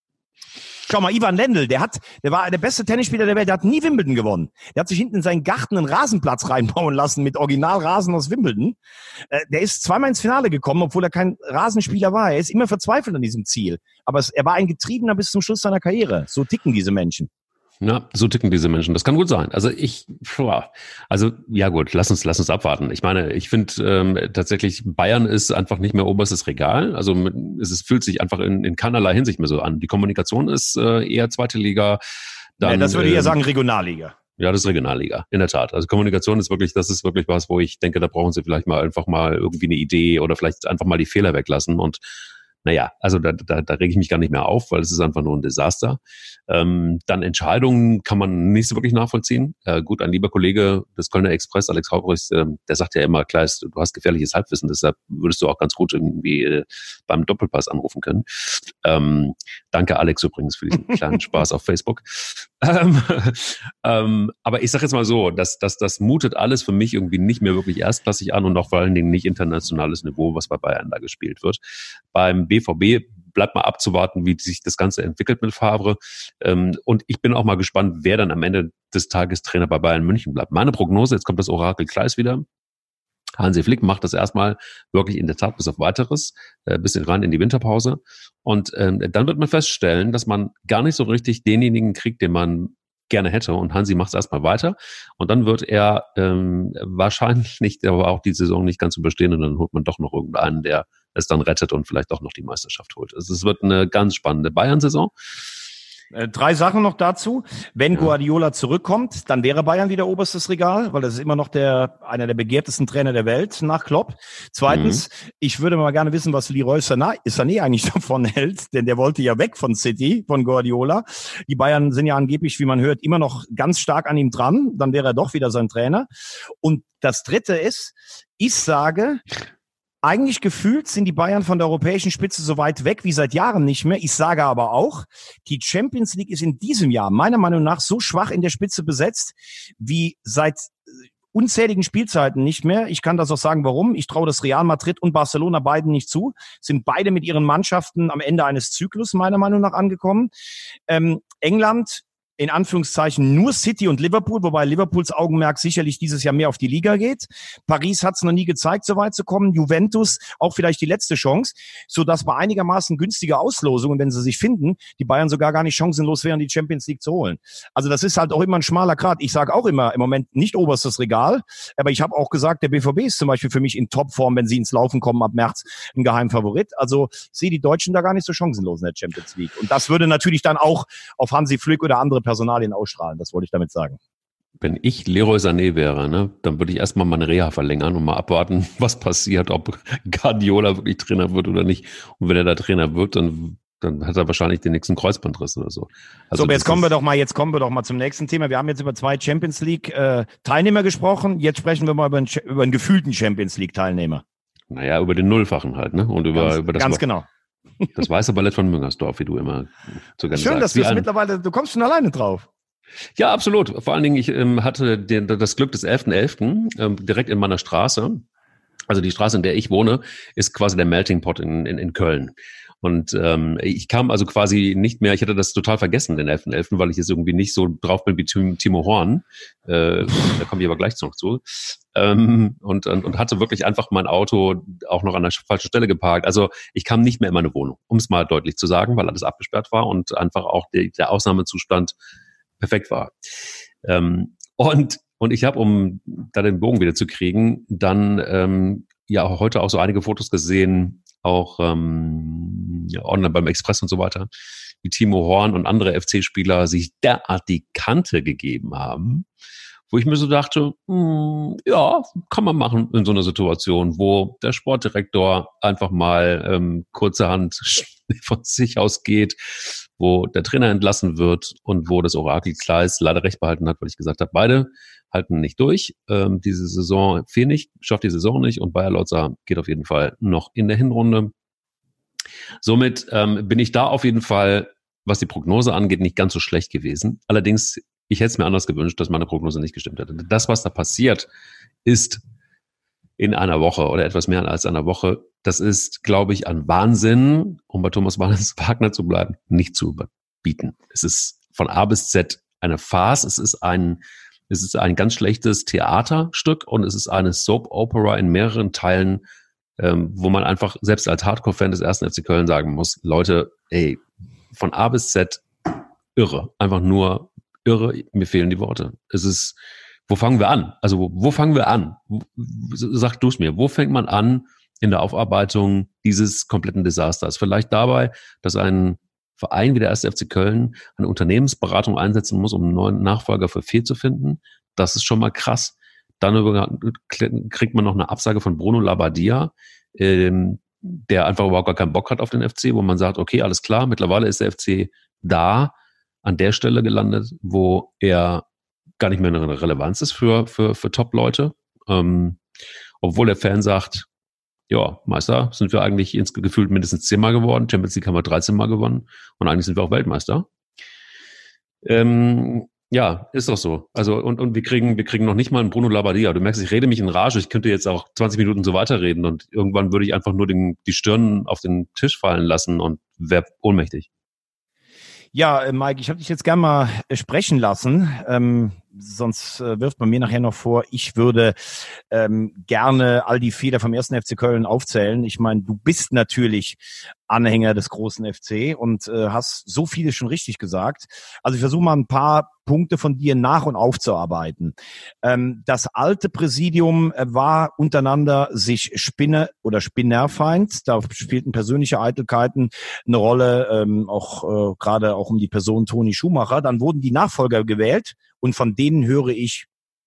Schau mal, Ivan Lendl, der war der beste Tennisspieler der Welt, der hat nie Wimbledon gewonnen. Der hat sich hinten in seinen Garten einen Rasenplatz reinbauen lassen mit Originalrasen aus Wimbledon. Der ist 2-mal ins Finale gekommen, obwohl er kein Rasenspieler war. Er ist immer verzweifelt an diesem Ziel. Aber er war ein Getriebener bis zum Schluss seiner Karriere. So ticken diese Menschen. Ja, so ticken diese Menschen. Das kann gut sein. Also ja gut, lass uns abwarten. Ich meine, ich finde tatsächlich, Bayern ist einfach nicht mehr oberstes Regal. Also es fühlt sich einfach in keinerlei Hinsicht mehr so an. Die Kommunikation ist eher zweite Liga. Dann, das würde ich eher sagen Regionalliga. Ja, das ist Regionalliga, in der Tat. Also Kommunikation ist wirklich was, wo ich denke, da brauchen sie vielleicht mal einfach mal irgendwie eine Idee oder vielleicht einfach mal die Fehler weglassen und naja, also da rege ich mich gar nicht mehr auf, weil es ist einfach nur ein Desaster. Dann Entscheidungen kann man nicht so wirklich nachvollziehen. Gut, ein lieber Kollege des Kölner Express, Alex Haubrich, der sagt ja immer, Kleis, du hast gefährliches Halbwissen, deshalb würdest du auch ganz gut irgendwie beim Doppelpass anrufen können. Danke Alex übrigens für diesen kleinen Spaß auf Facebook. Aber ich sage jetzt mal so, das mutet alles für mich irgendwie nicht mehr wirklich erstklassig an und auch vor allen Dingen nicht internationales Niveau, was bei Bayern da gespielt wird. Beim BVB bleibt mal abzuwarten, wie sich das Ganze entwickelt mit Favre. Und ich bin auch mal gespannt, wer dann am Ende des Tages Trainer bei Bayern München bleibt. Meine Prognose, jetzt kommt das Orakel Kleis wieder. Hansi Flick macht das erstmal wirklich in der Tat bis auf Weiteres, bisschen rein in die Winterpause. Und dann wird man feststellen, dass man gar nicht so richtig denjenigen kriegt, den man gerne hätte. Und Hansi macht es erstmal weiter. Und dann wird er wahrscheinlich nicht, aber auch die Saison nicht ganz überstehen. Und dann holt man doch noch irgendeinen, der es dann rettet und vielleicht auch noch die Meisterschaft holt. Also es wird eine ganz spannende Bayern-Saison. 3 Sachen noch dazu. Wenn Guardiola zurückkommt, dann wäre Bayern wieder oberstes Regal, weil das ist immer noch einer der begehrtesten Trainer der Welt nach Klopp. Zweitens, ich würde mal gerne wissen, was Leroy Sané eigentlich davon hält, denn der wollte ja weg von City, von Guardiola. Die Bayern sind ja angeblich, wie man hört, immer noch ganz stark an ihm dran. Dann wäre er doch wieder sein Trainer. Und das Dritte ist, ich sage, eigentlich gefühlt sind die Bayern von der europäischen Spitze so weit weg wie seit Jahren nicht mehr. Ich sage aber auch, die Champions League ist in diesem Jahr meiner Meinung nach so schwach in der Spitze besetzt wie seit unzähligen Spielzeiten nicht mehr. Ich kann das auch sagen, warum. Ich traue das Real Madrid und Barcelona beiden nicht zu. Sind beide mit ihren Mannschaften am Ende eines Zyklus meiner Meinung nach angekommen. England, in Anführungszeichen nur City und Liverpool, wobei Liverpools Augenmerk sicherlich dieses Jahr mehr auf die Liga geht. Paris hat es noch nie gezeigt, so weit zu kommen. Juventus auch vielleicht die letzte Chance, sodass bei einigermaßen günstiger Auslosungen, wenn sie sich finden, die Bayern sogar gar nicht chancenlos wären, die Champions League zu holen. Also das ist halt auch immer ein schmaler Grat. Ich sage auch immer im Moment nicht oberstes Regal, aber ich habe auch gesagt, der BVB ist zum Beispiel für mich in Topform, wenn sie ins Laufen kommen ab März, ein Geheimfavorit. Also ich sehe die Deutschen da gar nicht so chancenlos in der Champions League. Und das würde natürlich dann auch auf Hansi Flick oder andere Personalien ausstrahlen. Das wollte ich damit sagen. Wenn ich Leroy Sané wäre, ne, dann würde ich erstmal meine Reha verlängern und mal abwarten, was passiert, ob Guardiola wirklich Trainer wird oder nicht. Und wenn er da Trainer wird, dann hat er wahrscheinlich den nächsten Kreuzbandriss oder so. Also so, aber jetzt kommen wir doch mal zum nächsten Thema. Wir haben jetzt über 2 Champions League Teilnehmer gesprochen. Jetzt sprechen wir mal über einen gefühlten Champions League Teilnehmer. Naja, über den Nullfachen halt, ne? Und über das ganz genau. Das weiße Ballett von Müngersdorf, wie du immer zu gerne Schön, sagst. dass du es mittlerweile, du kommst schon alleine drauf. Ja, absolut. Vor allen Dingen, ich hatte das Glück des 11.11. Direkt in meiner Straße. Also die Straße, in der ich wohne, ist quasi der Melting Pot in Köln. Und ich kam also quasi nicht mehr, ich hatte das total vergessen, den 11.11., weil ich jetzt irgendwie nicht so drauf bin wie Timo Horn. Da komme ich aber gleich noch zu. Und hatte wirklich einfach mein Auto auch noch an der falschen Stelle geparkt. Also ich kam nicht mehr in meine Wohnung, um es mal deutlich zu sagen, weil alles abgesperrt war und einfach auch der Ausnahmezustand perfekt war. Und ich habe, um da den Bogen wieder zu kriegen, dann ja heute auch so einige Fotos gesehen, auch online beim Express und so weiter, wie Timo Horn und andere FC-Spieler sich derart die Kante gegeben haben, wo ich mir so dachte, ja, kann man machen in so einer Situation, wo der Sportdirektor einfach mal kurzerhand von sich aus geht, wo der Trainer entlassen wird und wo das Orakel Kleis leider recht behalten hat, weil ich gesagt habe, beide halten nicht durch. Diese Saison schafft die Saison nicht und Bayer Lotzer geht auf jeden Fall noch in der Hinrunde. Somit bin ich da auf jeden Fall, was die Prognose angeht, nicht ganz so schlecht gewesen. Allerdings, ich hätte es mir anders gewünscht, dass meine Prognose nicht gestimmt hätte. Das, was da passiert, ist in einer Woche oder etwas mehr als einer Woche, das ist, glaube ich, an Wahnsinn, um bei Thomas Wagner zu bleiben, nicht zu überbieten. Es ist von A bis Z eine Farce, es ist ein ganz schlechtes Theaterstück und es ist eine Soap-Opera in mehreren Teilen, wo man einfach selbst als Hardcore-Fan des 1. FC Köln sagen muss, Leute, ey, von A bis Z irre, einfach nur irre, mir fehlen die Worte. Es ist, wo fangen wir an? Also wo fangen wir an? Sag du es mir, wo fängt man an in der Aufarbeitung dieses kompletten Desasters? Vielleicht dabei, dass ein Verein wie der 1. FC Köln eine Unternehmensberatung einsetzen muss, um einen neuen Nachfolger für Fehl zu finden. Das ist schon mal krass. Dann kriegt man noch eine Absage von Bruno Labbadia. der einfach überhaupt gar keinen Bock hat auf den FC, wo man sagt, okay, alles klar, mittlerweile ist der FC da an der Stelle gelandet, wo er gar nicht mehr eine Relevanz ist für Top-Leute. Obwohl der Fan sagt, ja, Meister sind wir eigentlich gefühlt mindestens 10-mal geworden, Champions League haben wir 13-mal gewonnen und eigentlich sind wir auch Weltmeister. Ja, ist doch so. Also und wir kriegen noch nicht mal einen Bruno Labbadia. Du merkst, ich rede mich in Rage. Ich könnte jetzt auch 20 Minuten so weiterreden und irgendwann würde ich einfach nur die Stirn auf den Tisch fallen lassen und wäre ohnmächtig. Ja, Mike, ich habe dich jetzt gerne mal sprechen lassen. Sonst wirft man mir nachher noch vor, ich würde gerne all die Fehler vom 1. FC Köln aufzählen. Ich meine, du bist natürlich Anhänger des großen FC und hast so vieles schon richtig gesagt. Also ich versuche mal ein paar Punkte von dir nach und aufzuarbeiten. Das alte Präsidium war untereinander sich Spinne oder Spinnerfeind. Da spielten persönliche Eitelkeiten eine Rolle, auch gerade auch um die Person Toni Schumacher. Dann wurden die Nachfolger gewählt und von denen höre ich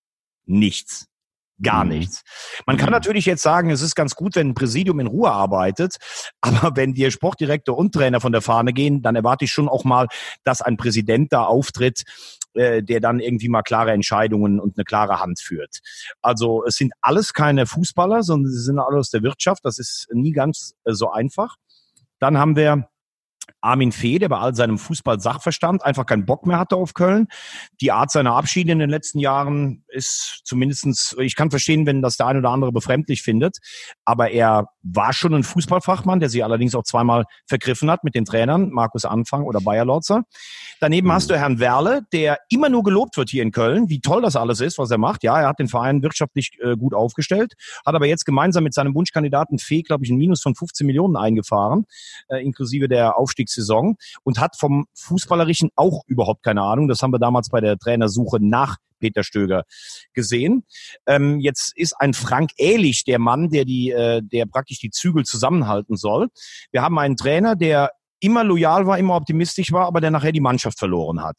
nichts. Gar nichts. Man kann natürlich jetzt sagen, es ist ganz gut, wenn ein Präsidium in Ruhe arbeitet, aber wenn dir Sportdirektor und Trainer von der Fahne gehen, dann erwarte ich schon auch mal, dass ein Präsident da auftritt, der dann irgendwie mal klare Entscheidungen und eine klare Hand führt. Also es sind alles keine Fußballer, sondern sie sind alle aus der Wirtschaft. Das ist nie ganz so einfach. Dann haben wir Armin Fee, der bei all seinem Fußball-Sachverstand einfach keinen Bock mehr hatte auf Köln. Die Art seiner Abschiede in den letzten Jahren ist zumindestens, ich kann verstehen, wenn das der ein oder andere befremdlich findet, aber er war schon ein Fußballfachmann, der sich allerdings auch zweimal vergriffen hat mit den Trainern, Markus Anfang oder Bayer Lorzer. Daneben hast du Herrn Werle, der immer nur gelobt wird hier in Köln, wie toll das alles ist, was er macht. Ja, er hat den Verein wirtschaftlich gut aufgestellt, hat aber jetzt gemeinsam mit seinem Wunschkandidaten Fee, glaube ich, ein Minus von 15 Millionen eingefahren, inklusive der Aufstiegssaison und hat vom Fußballerischen auch überhaupt keine Ahnung. Das haben wir damals bei der Trainersuche nach Peter Stöger gesehen. Jetzt ist ein Frank Ehlich der Mann, der praktisch die Zügel zusammenhalten soll. Wir haben einen Trainer, der immer loyal war, immer optimistisch war, aber der nachher die Mannschaft verloren hat.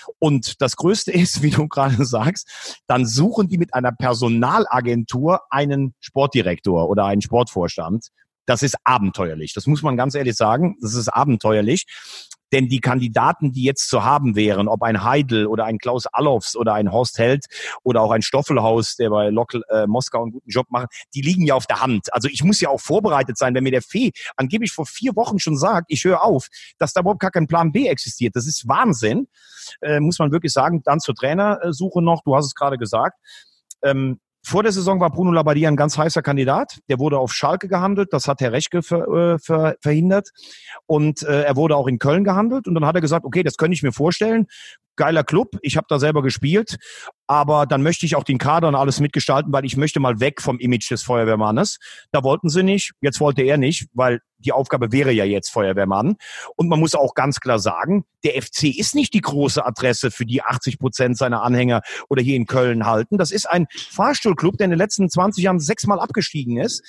Und das Größte ist, wie du gerade sagst, dann suchen die mit einer Personalagentur einen Sportdirektor oder einen Sportvorstand. Das ist abenteuerlich. Das muss man ganz ehrlich sagen. Das ist abenteuerlich. Denn die Kandidaten, die jetzt zu haben wären, ob ein Heidel oder ein Klaus Allofs oder ein Horst Held oder auch ein Stoffelhaus, der bei Lokal Moskau einen guten Job macht, die liegen ja auf der Hand. Also ich muss ja auch vorbereitet sein, wenn mir der Fee angeblich vor 4 Wochen schon sagt, ich höre auf, dass da überhaupt gar kein Plan B existiert. Das ist Wahnsinn, muss man wirklich sagen. Dann zur Trainersuche noch, du hast es gerade gesagt. Vor der Saison war Bruno Labbadia ein ganz heißer Kandidat. Der wurde auf Schalke gehandelt. Das hat Herr Rechke verhindert. Und er wurde auch in Köln gehandelt. Und dann hat er gesagt, okay, das könnte ich mir vorstellen. Geiler Club. Ich habe da selber gespielt. Aber dann möchte ich auch den Kader und alles mitgestalten, weil ich möchte mal weg vom Image des Feuerwehrmannes. Da wollten sie nicht. Jetzt wollte er nicht, weil die Aufgabe wäre ja jetzt Feuerwehrmann. Und man muss auch ganz klar sagen, der FC ist nicht die große Adresse, für die 80% seiner Anhänger oder hier in Köln halten. Das ist ein Fahrstuhlclub, der in den letzten 20 Jahren 6-mal abgestiegen ist.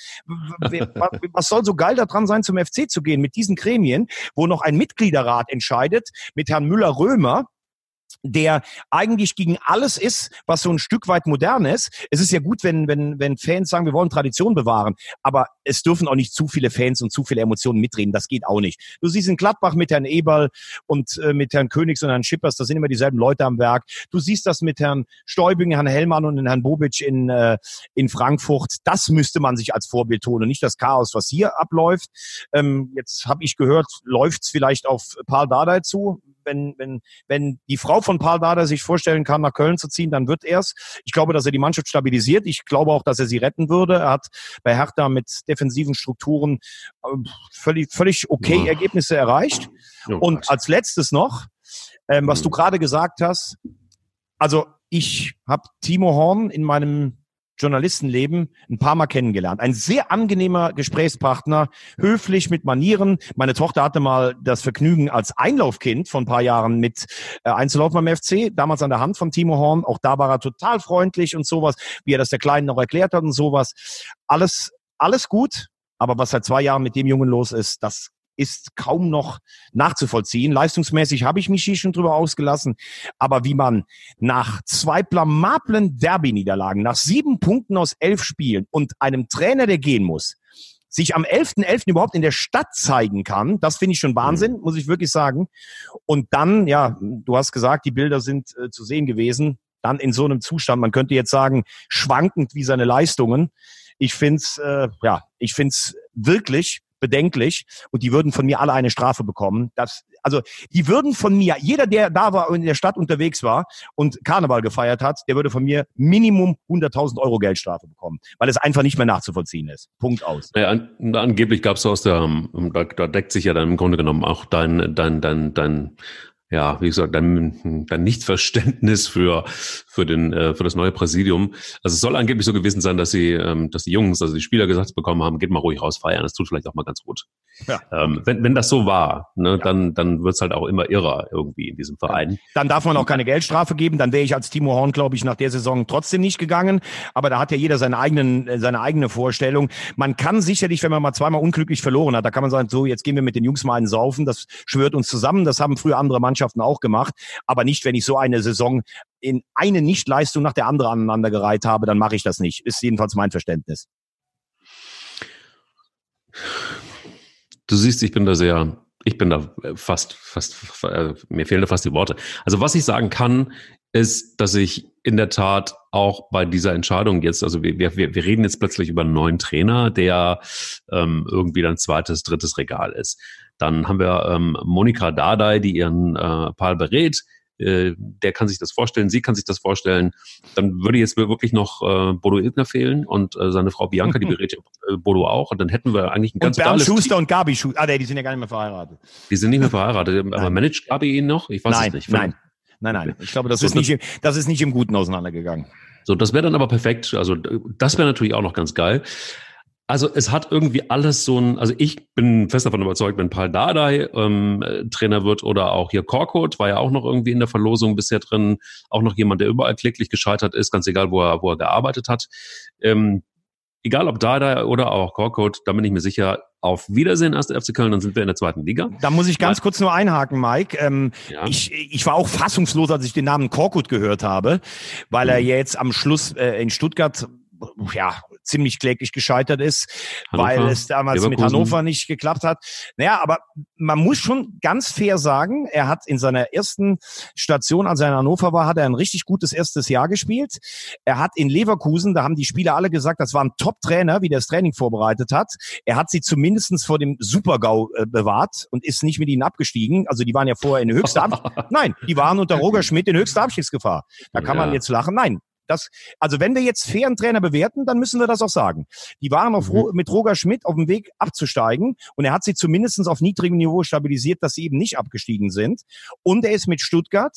Was soll so geil daran sein, zum FC zu gehen mit diesen Gremien, wo noch ein Mitgliederrat entscheidet mit Herrn Müller-Römer, der eigentlich gegen alles ist, was so ein Stück weit modern ist. Es ist ja gut, wenn Fans sagen, wir wollen Tradition bewahren, aber es dürfen auch nicht zu viele Fans und zu viele Emotionen mitreden. Das geht auch nicht. Du siehst in Gladbach mit Herrn Eberl und mit Herrn Königs und Herrn Schippers, da sind immer dieselben Leute am Werk. Du siehst das mit Herrn Stäubing, Herrn Hellmann und Herrn Bobic in Frankfurt. Das müsste man sich als Vorbild tun und nicht das Chaos, was hier abläuft. Jetzt habe ich gehört, läuft's vielleicht auf Paul Dardai zu. Wenn die Frau von Paul Dardai sich vorstellen kann, nach Köln zu ziehen, dann wird er's. Ich glaube, dass er die Mannschaft stabilisiert. Ich glaube auch, dass er sie retten würde. Er hat bei Hertha mit defensiven Strukturen völlig okay Ergebnisse erreicht. Und als letztes noch, was du gerade gesagt hast, also ich habe Timo Horn in meinem Journalistenleben ein paar Mal kennengelernt. Ein sehr angenehmer Gesprächspartner, höflich, mit Manieren. Meine Tochter hatte mal das Vergnügen, als Einlaufkind vor ein paar Jahren mit einzulaufen beim FC, damals an der Hand von Timo Horn. Auch da war er total freundlich und sowas, wie er das der Kleinen noch erklärt hat und sowas. Alles gut, aber was seit 2 Jahren mit dem Jungen los ist, das ist kaum noch nachzuvollziehen. Leistungsmäßig habe ich mich hier schon drüber ausgelassen. Aber wie man nach 2 blamablen Derby-Niederlagen, nach 7 Punkten aus 11 Spielen und einem Trainer, der gehen muss, sich am 11.11. überhaupt in der Stadt zeigen kann, das finde ich schon Wahnsinn, muss ich wirklich sagen. Und dann, ja, du hast gesagt, die Bilder sind zu sehen gewesen, dann in so einem Zustand, man könnte jetzt sagen, schwankend wie seine Leistungen. Ich find's wirklich bedenklich und die würden von mir alle eine Strafe bekommen. Die würden von mir, jeder, der da war und in der Stadt unterwegs war und Karneval gefeiert hat, der würde von mir Minimum 100.000 Euro Geldstrafe bekommen, weil es einfach nicht mehr nachzuvollziehen ist. Punkt aus. Ja, angeblich gab es da deckt sich ja dann im Grunde genommen auch dein ja, wie gesagt, dein Nichtverständnis für das neue Präsidium. Also es soll angeblich so gewesen sein, dass die Jungs, also die Spieler gesagt bekommen haben, geht mal ruhig raus feiern, das tut vielleicht auch mal ganz gut. Ja. Wenn das so war, ne, ja, dann wird's halt auch immer irrer irgendwie in diesem Verein. Dann darf man auch keine Geldstrafe geben, dann wäre ich als Timo Horn, glaube ich, nach der Saison trotzdem nicht gegangen, aber da hat ja jeder seine eigene Vorstellung. Man kann sicherlich, wenn man mal zweimal unglücklich verloren hat, da kann man sagen, so, jetzt gehen wir mit den Jungs mal einen saufen, das schwört uns zusammen, das haben früher andere Mannschaften auch gemacht, aber nicht, wenn ich so eine Saison in eine Nichtleistung nach der anderen aneinandergereiht habe, dann mache ich das nicht. Ist jedenfalls mein Verständnis. Du siehst, ich bin da fast, mir fehlen da fast die Worte. Also was ich sagen kann, ist, dass ich in der Tat auch bei dieser Entscheidung jetzt, also wir reden jetzt plötzlich über einen neuen Trainer, der irgendwie dann zweites, drittes Regal ist. Dann haben wir Monika Dardai, die ihren Paul berät. Der kann sich das vorstellen, sie kann sich das vorstellen. Dann würde jetzt wirklich noch Bodo Illner fehlen und seine Frau Bianca, die berät Bodo auch. Und dann hätten wir eigentlich ein ganz totales Bernd Schuster und Gabi Schuster. Die sind ja gar nicht mehr verheiratet. Die sind nicht mehr verheiratet. Aber managt Gabi ihn noch? Ich weiß es nicht. Nein. Ich glaube, das ist nicht im Guten auseinandergegangen. So, das wäre dann aber perfekt. Also das wäre natürlich auch noch ganz geil. Also es hat irgendwie alles also ich bin fest davon überzeugt, wenn Paul Dardai Trainer wird oder auch hier Korkut, war ja auch noch irgendwie in der Verlosung bisher drin, auch noch jemand, der überall kläglich gescheitert ist, ganz egal, wo er gearbeitet hat. Egal ob Dardai oder auch Korkut, da bin ich mir sicher, auf Wiedersehen, 1. FC Köln, dann sind wir in der 2. Liga. Da muss ich ganz kurz nur einhaken, Mike. Ja. Ich war auch fassungslos, als ich den Namen Korkut gehört habe, weil er jetzt am Schluss in Stuttgart ziemlich kläglich gescheitert ist, weil es damals mit Hannover nicht geklappt hat. Naja, aber man muss schon ganz fair sagen, er hat in seiner ersten Station, als er in Hannover war, hat er ein richtig gutes erstes Jahr gespielt. Er hat in Leverkusen, da haben die Spieler alle gesagt, das war ein Top-Trainer, wie der das Training vorbereitet hat. Er hat sie zumindest vor dem Super-GAU bewahrt und ist nicht mit ihnen abgestiegen. Also die waren ja vorher in höchster Nein, die waren unter Roger Schmidt in höchster Abstiegsgefahr. Da kann man jetzt lachen. Nein. Also wenn wir jetzt fairen Trainer bewerten, dann müssen wir das auch sagen. Die waren mit Roger Schmidt auf dem Weg abzusteigen und er hat sie zumindest auf niedrigem Niveau stabilisiert, dass sie eben nicht abgestiegen sind. Und er ist mit Stuttgart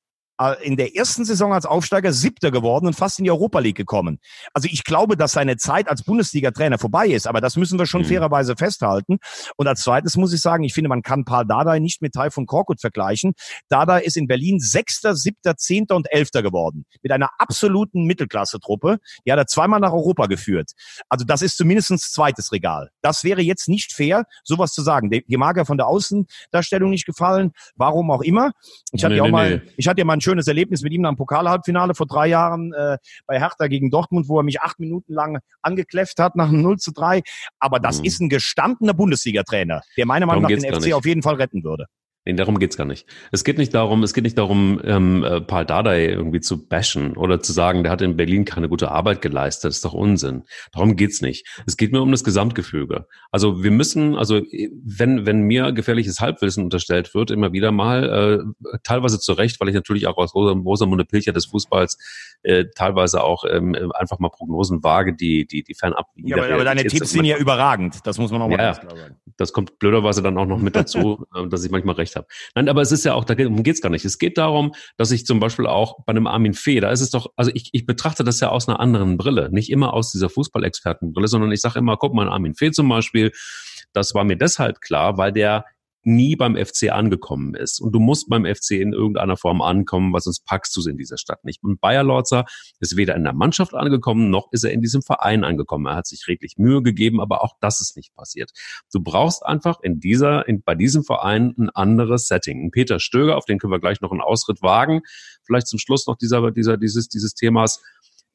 in der ersten Saison als Aufsteiger 7. geworden und fast in die Europa League gekommen. Also ich glaube, dass seine Zeit als Bundesliga-Trainer vorbei ist, aber das müssen wir schon fairerweise festhalten. Und als zweites muss ich sagen, ich finde, man kann Paul Dardai nicht mit Taifun Korkut vergleichen. Dardai ist in Berlin 6., 7., 10. und 11. geworden. Mit einer absoluten Mittelklasse-Truppe. Die hat er zweimal nach Europa geführt. Also das ist zumindest zweites Regal. Das wäre jetzt nicht fair, sowas zu sagen. Dir mag er von der Außendarstellung nicht gefallen, warum auch immer. Ich hatte ja mal ein schönes Erlebnis mit ihm am Pokalhalbfinale vor 3 Jahren bei Hertha gegen Dortmund, wo er mich 8 Minuten lang angekläfft hat nach einem 0:3. Aber das ist ein gestandener Bundesliga-Trainer, der meiner Meinung nach den FC auf jeden Fall retten würde. Nee, darum geht's gar nicht. Es geht nicht darum, Paul Dardai irgendwie zu bashen oder zu sagen, der hat in Berlin keine gute Arbeit geleistet. Das ist doch Unsinn. Darum geht's nicht. Es geht mir um das Gesamtgefüge. Also wir müssen, wenn mir gefährliches Halbwissen unterstellt wird, immer wieder mal, teilweise zu Recht, weil ich natürlich auch aus Rosamunde Pilcher des Fußballs teilweise auch einfach mal Prognosen wage, die fernab. Ja, aber deine Tipps sind ja überragend. Das muss man auch mal ganz klar sagen. Das kommt blöderweise dann auch noch mit dazu, dass ich manchmal recht habe. Nein, aber es ist ja auch, darum geht's gar nicht. Es geht darum, dass ich zum Beispiel auch bei einem Armin Fee, da ist es doch, also ich betrachte das ja aus einer anderen Brille, nicht immer aus dieser Fußballexpertenbrille, sondern ich sage immer, guck mal, Armin Fee zum Beispiel, das war mir deshalb klar, weil der nie beim FC angekommen ist. Und du musst beim FC in irgendeiner Form ankommen, weil sonst packst du es in dieser Stadt nicht. Und Bayer Lorzer ist weder in der Mannschaft angekommen, noch ist er in diesem Verein angekommen. Er hat sich redlich Mühe gegeben, aber auch das ist nicht passiert. Du brauchst einfach bei diesem Verein ein anderes Setting. Ein Peter Stöger, auf den können wir gleich noch einen Ausritt wagen. Vielleicht zum Schluss noch dieses Themas.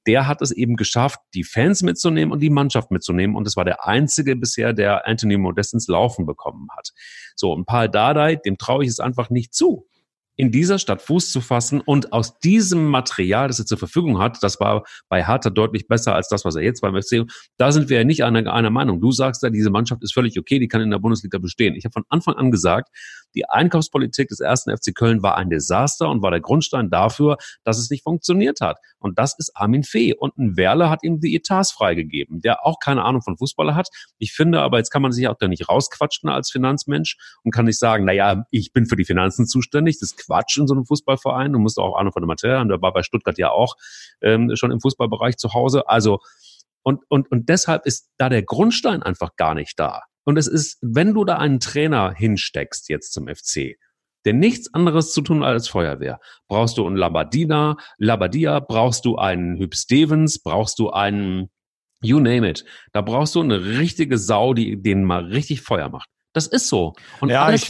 der hat es eben geschafft, die Fans mitzunehmen und die Mannschaft mitzunehmen. Und es war der einzige bisher, der Anthony Modest ins Laufen bekommen hat. So, und Pal Dardai, dem traue ich es einfach nicht zu, in dieser Stadt Fuß zu fassen und aus diesem Material, das er zur Verfügung hat, das war bei Hertha deutlich besser als das, was er jetzt beim FC, da sind wir ja nicht einer Meinung. Du sagst ja, diese Mannschaft ist völlig okay, die kann in der Bundesliga bestehen. Ich habe von Anfang an gesagt, die Einkaufspolitik des 1. FC Köln war ein Desaster und war der Grundstein dafür, dass es nicht funktioniert hat. Und das ist Armin Fee. Und ein Werle hat ihm die Etats freigegeben, der auch keine Ahnung von Fußballer hat. Ich finde aber, jetzt kann man sich auch da nicht rausquatschen als Finanzmensch und kann nicht sagen, naja, ich bin für die Finanzen zuständig. Das ist Quatsch in so einem Fußballverein. Du musst auch Ahnung von der Materie haben. Der war bei Stuttgart ja auch schon im Fußballbereich zu Hause. Also und deshalb ist da der Grundstein einfach gar nicht da. Und es ist, wenn du da einen Trainer hinsteckst jetzt zum FC, der nichts anderes zu tun als Feuerwehr, brauchst du einen Labadia, brauchst du einen Hüb Stevens, brauchst du einen, you name it. Da brauchst du eine richtige Sau, die denen mal richtig Feuer macht. Das ist so. Und ja, alles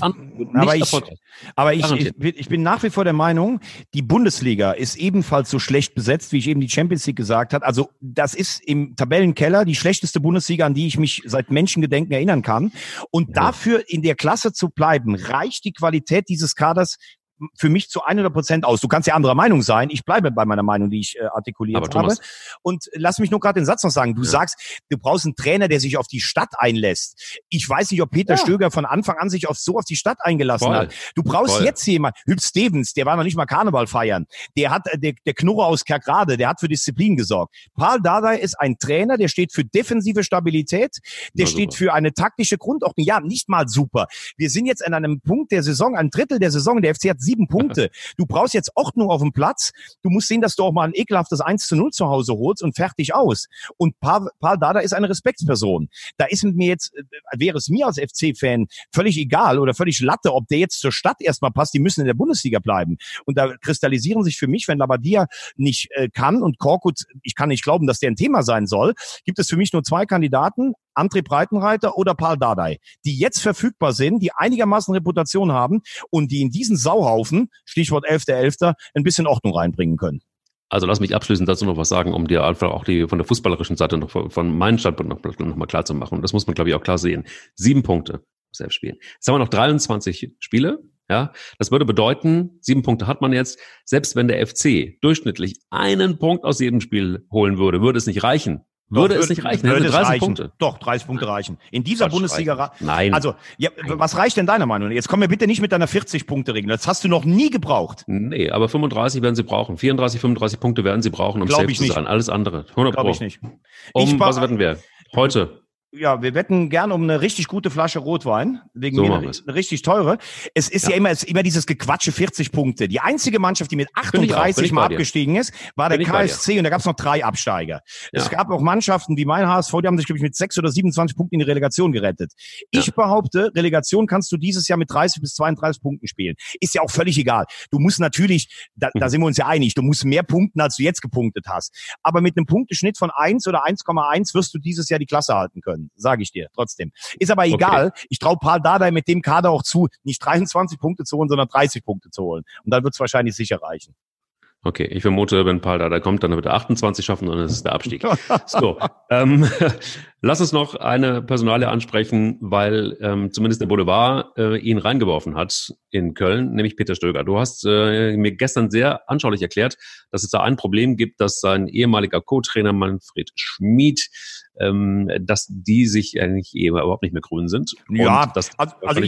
ich bin nach wie vor der Meinung, die Bundesliga ist ebenfalls so schlecht besetzt, wie ich eben die Champions League gesagt habe. Also das ist im Tabellenkeller die schlechteste Bundesliga, an die ich mich seit Menschengedenken erinnern kann. Und dafür in der Klasse zu bleiben, reicht die Qualität dieses Kaders für mich zu 100% aus. Du kannst ja anderer Meinung sein. Ich bleibe bei meiner Meinung, die ich artikuliert habe. Und lass mich nur gerade den Satz noch sagen. Du sagst, du brauchst einen Trainer, der sich auf die Stadt einlässt. Ich weiß nicht, ob Peter Stöger von Anfang an sich auf die Stadt eingelassen hat. Du brauchst jetzt jemanden. Hüb Stevens, der war noch nicht mal Karneval feiern. Der hat, der Knurrer aus Kerkrade, der hat für Disziplin gesorgt. Pal Dardai ist ein Trainer, der steht für defensive Stabilität. Der steht für eine taktische Grundordnung. Ja, nicht mal super. Wir sind jetzt an einem Punkt der Saison, ein Drittel der Saison. Der FC hat 7 Punkte. Du brauchst jetzt Ordnung auf dem Platz. Du musst sehen, dass du auch mal ein ekelhaftes 1:0 zu Hause holst und fertig aus. Und Pal Dardai ist eine Respektsperson. Da ist mir jetzt, wäre es mir als FC-Fan völlig egal oder völlig Latte, ob der jetzt zur Stadt erstmal passt. Die müssen in der Bundesliga bleiben. Und da kristallisieren sich für mich, wenn Labadia nicht kann und Korkut, ich kann nicht glauben, dass der ein Thema sein soll, gibt es für mich nur 2 Kandidaten, André Breitenreiter oder Pal Dardai, die jetzt verfügbar sind, die einigermaßen Reputation haben und die in diesen Sauhaufen, Stichwort 11.11., ein bisschen Ordnung reinbringen können. Also lass mich abschließend dazu noch was sagen, um dir einfach auch die von der fußballerischen Seite noch von meinem Standpunkt noch mal klar zu machen. Und das muss man, glaube ich, auch klar sehen. 7 Punkte selbst spielen. Jetzt haben wir noch 23 Spiele. Ja, das würde bedeuten, 7 Punkte hat man jetzt. Selbst wenn der FC durchschnittlich einen Punkt aus jedem Spiel holen würde es nicht reichen. Würde es nicht reichen? Würde 30 reichen. Punkte. Doch, 30 Punkte reichen. In dieser Bundesliga. Nein. Also, ja, was reicht denn deiner Meinung nach? Jetzt komm mir bitte nicht mit deiner 40-Punkte-Regel. Das hast du noch nie gebraucht. Nee, aber 35 werden sie brauchen. 34, 35 Punkte werden sie brauchen, um safe zu sein. Alles andere. 100 Pro. Glaube ich nicht. Was wetten wir? Heute. Ja, wir wetten gern um eine richtig gute Flasche Rotwein, wegen So mir machen eine richtig teure. Es ist ja immer dieses Gequatsche 40 Punkte. Die einzige Mannschaft, die mit 38 mal abgestiegen ist, war der KSC und da gab es noch 3 Absteiger. Ja. Es gab auch Mannschaften wie mein HSV, die haben sich, glaube ich, mit 6 oder 27 Punkten in die Relegation gerettet. Ich behaupte, Relegation kannst du dieses Jahr mit 30 bis 32 Punkten spielen. Ist ja auch völlig egal. Du musst natürlich, da sind wir uns ja einig, du musst mehr punkten, als du jetzt gepunktet hast. Aber mit einem Punkteschnitt von 1 oder 1,1 wirst du dieses Jahr die Klasse halten können. Sage ich dir trotzdem. Ist aber egal. Okay. Ich traue Pal Dardai mit dem Kader auch zu, nicht 23 Punkte zu holen, sondern 30 Punkte zu holen. Und dann wird es wahrscheinlich sicher reichen. Okay, ich vermute, wenn Pal Dardai kommt, dann wird er 28 schaffen und dann ist es der Abstieg. So, lass uns noch eine Personalie ansprechen, weil zumindest der Boulevard ihn reingeworfen hat in Köln, nämlich Peter Stöger. Du hast mir gestern sehr anschaulich erklärt, dass es da ein Problem gibt, dass sein ehemaliger Co-Trainer Manfred Schmid, dass die sich eigentlich überhaupt nicht mehr grün sind. Ja, und dass also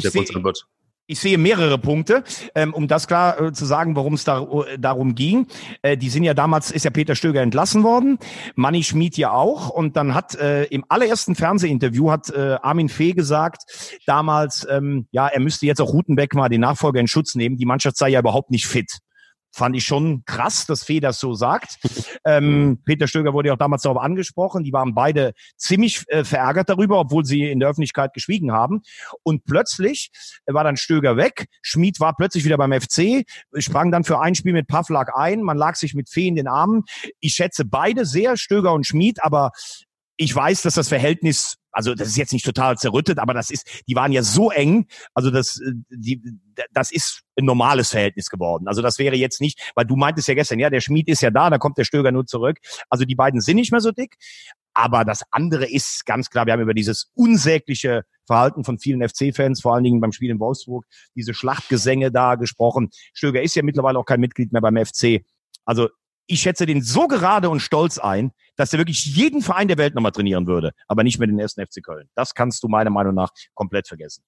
ich sehe mehrere Punkte, um das klar zu sagen, worum es darum ging. Die sind ja damals, ist ja Peter Stöger entlassen worden, Manni Schmid ja auch. Und dann hat im allerersten Fernsehinterview hat Armin Fee gesagt, damals, er müsste jetzt auch Rutenbeck mal den Nachfolger in Schutz nehmen. Die Mannschaft sei ja überhaupt nicht fit. Fand ich schon krass, dass Fee das so sagt. Peter Stöger wurde ja auch damals darauf angesprochen. Die waren beide ziemlich verärgert darüber, obwohl sie in der Öffentlichkeit geschwiegen haben. Und plötzlich war dann Stöger weg. Schmid war plötzlich wieder beim FC, sprang dann für ein Spiel mit Pavlak ein. Man lag sich mit Fee in den Armen. Ich schätze beide sehr, Stöger und Schmid, aber ich weiß, dass das Verhältnis also das ist jetzt nicht total zerrüttet, aber die waren ja so eng, also das ist ein normales Verhältnis geworden. Also das wäre jetzt nicht, weil du meintest ja gestern, ja, der Schmid ist ja da kommt der Stöger nur zurück. Also die beiden sind nicht mehr so dick, aber das andere ist ganz klar, wir haben über dieses unsägliche Verhalten von vielen FC-Fans, vor allen Dingen beim Spiel in Wolfsburg, diese Schlachtgesänge da gesprochen. Stöger ist ja mittlerweile auch kein Mitglied mehr beim FC. Also ich schätze den so gerade und stolz ein, dass er wirklich jeden Verein der Welt nochmal trainieren würde, aber nicht mehr den ersten FC Köln. Das kannst du meiner Meinung nach komplett vergessen.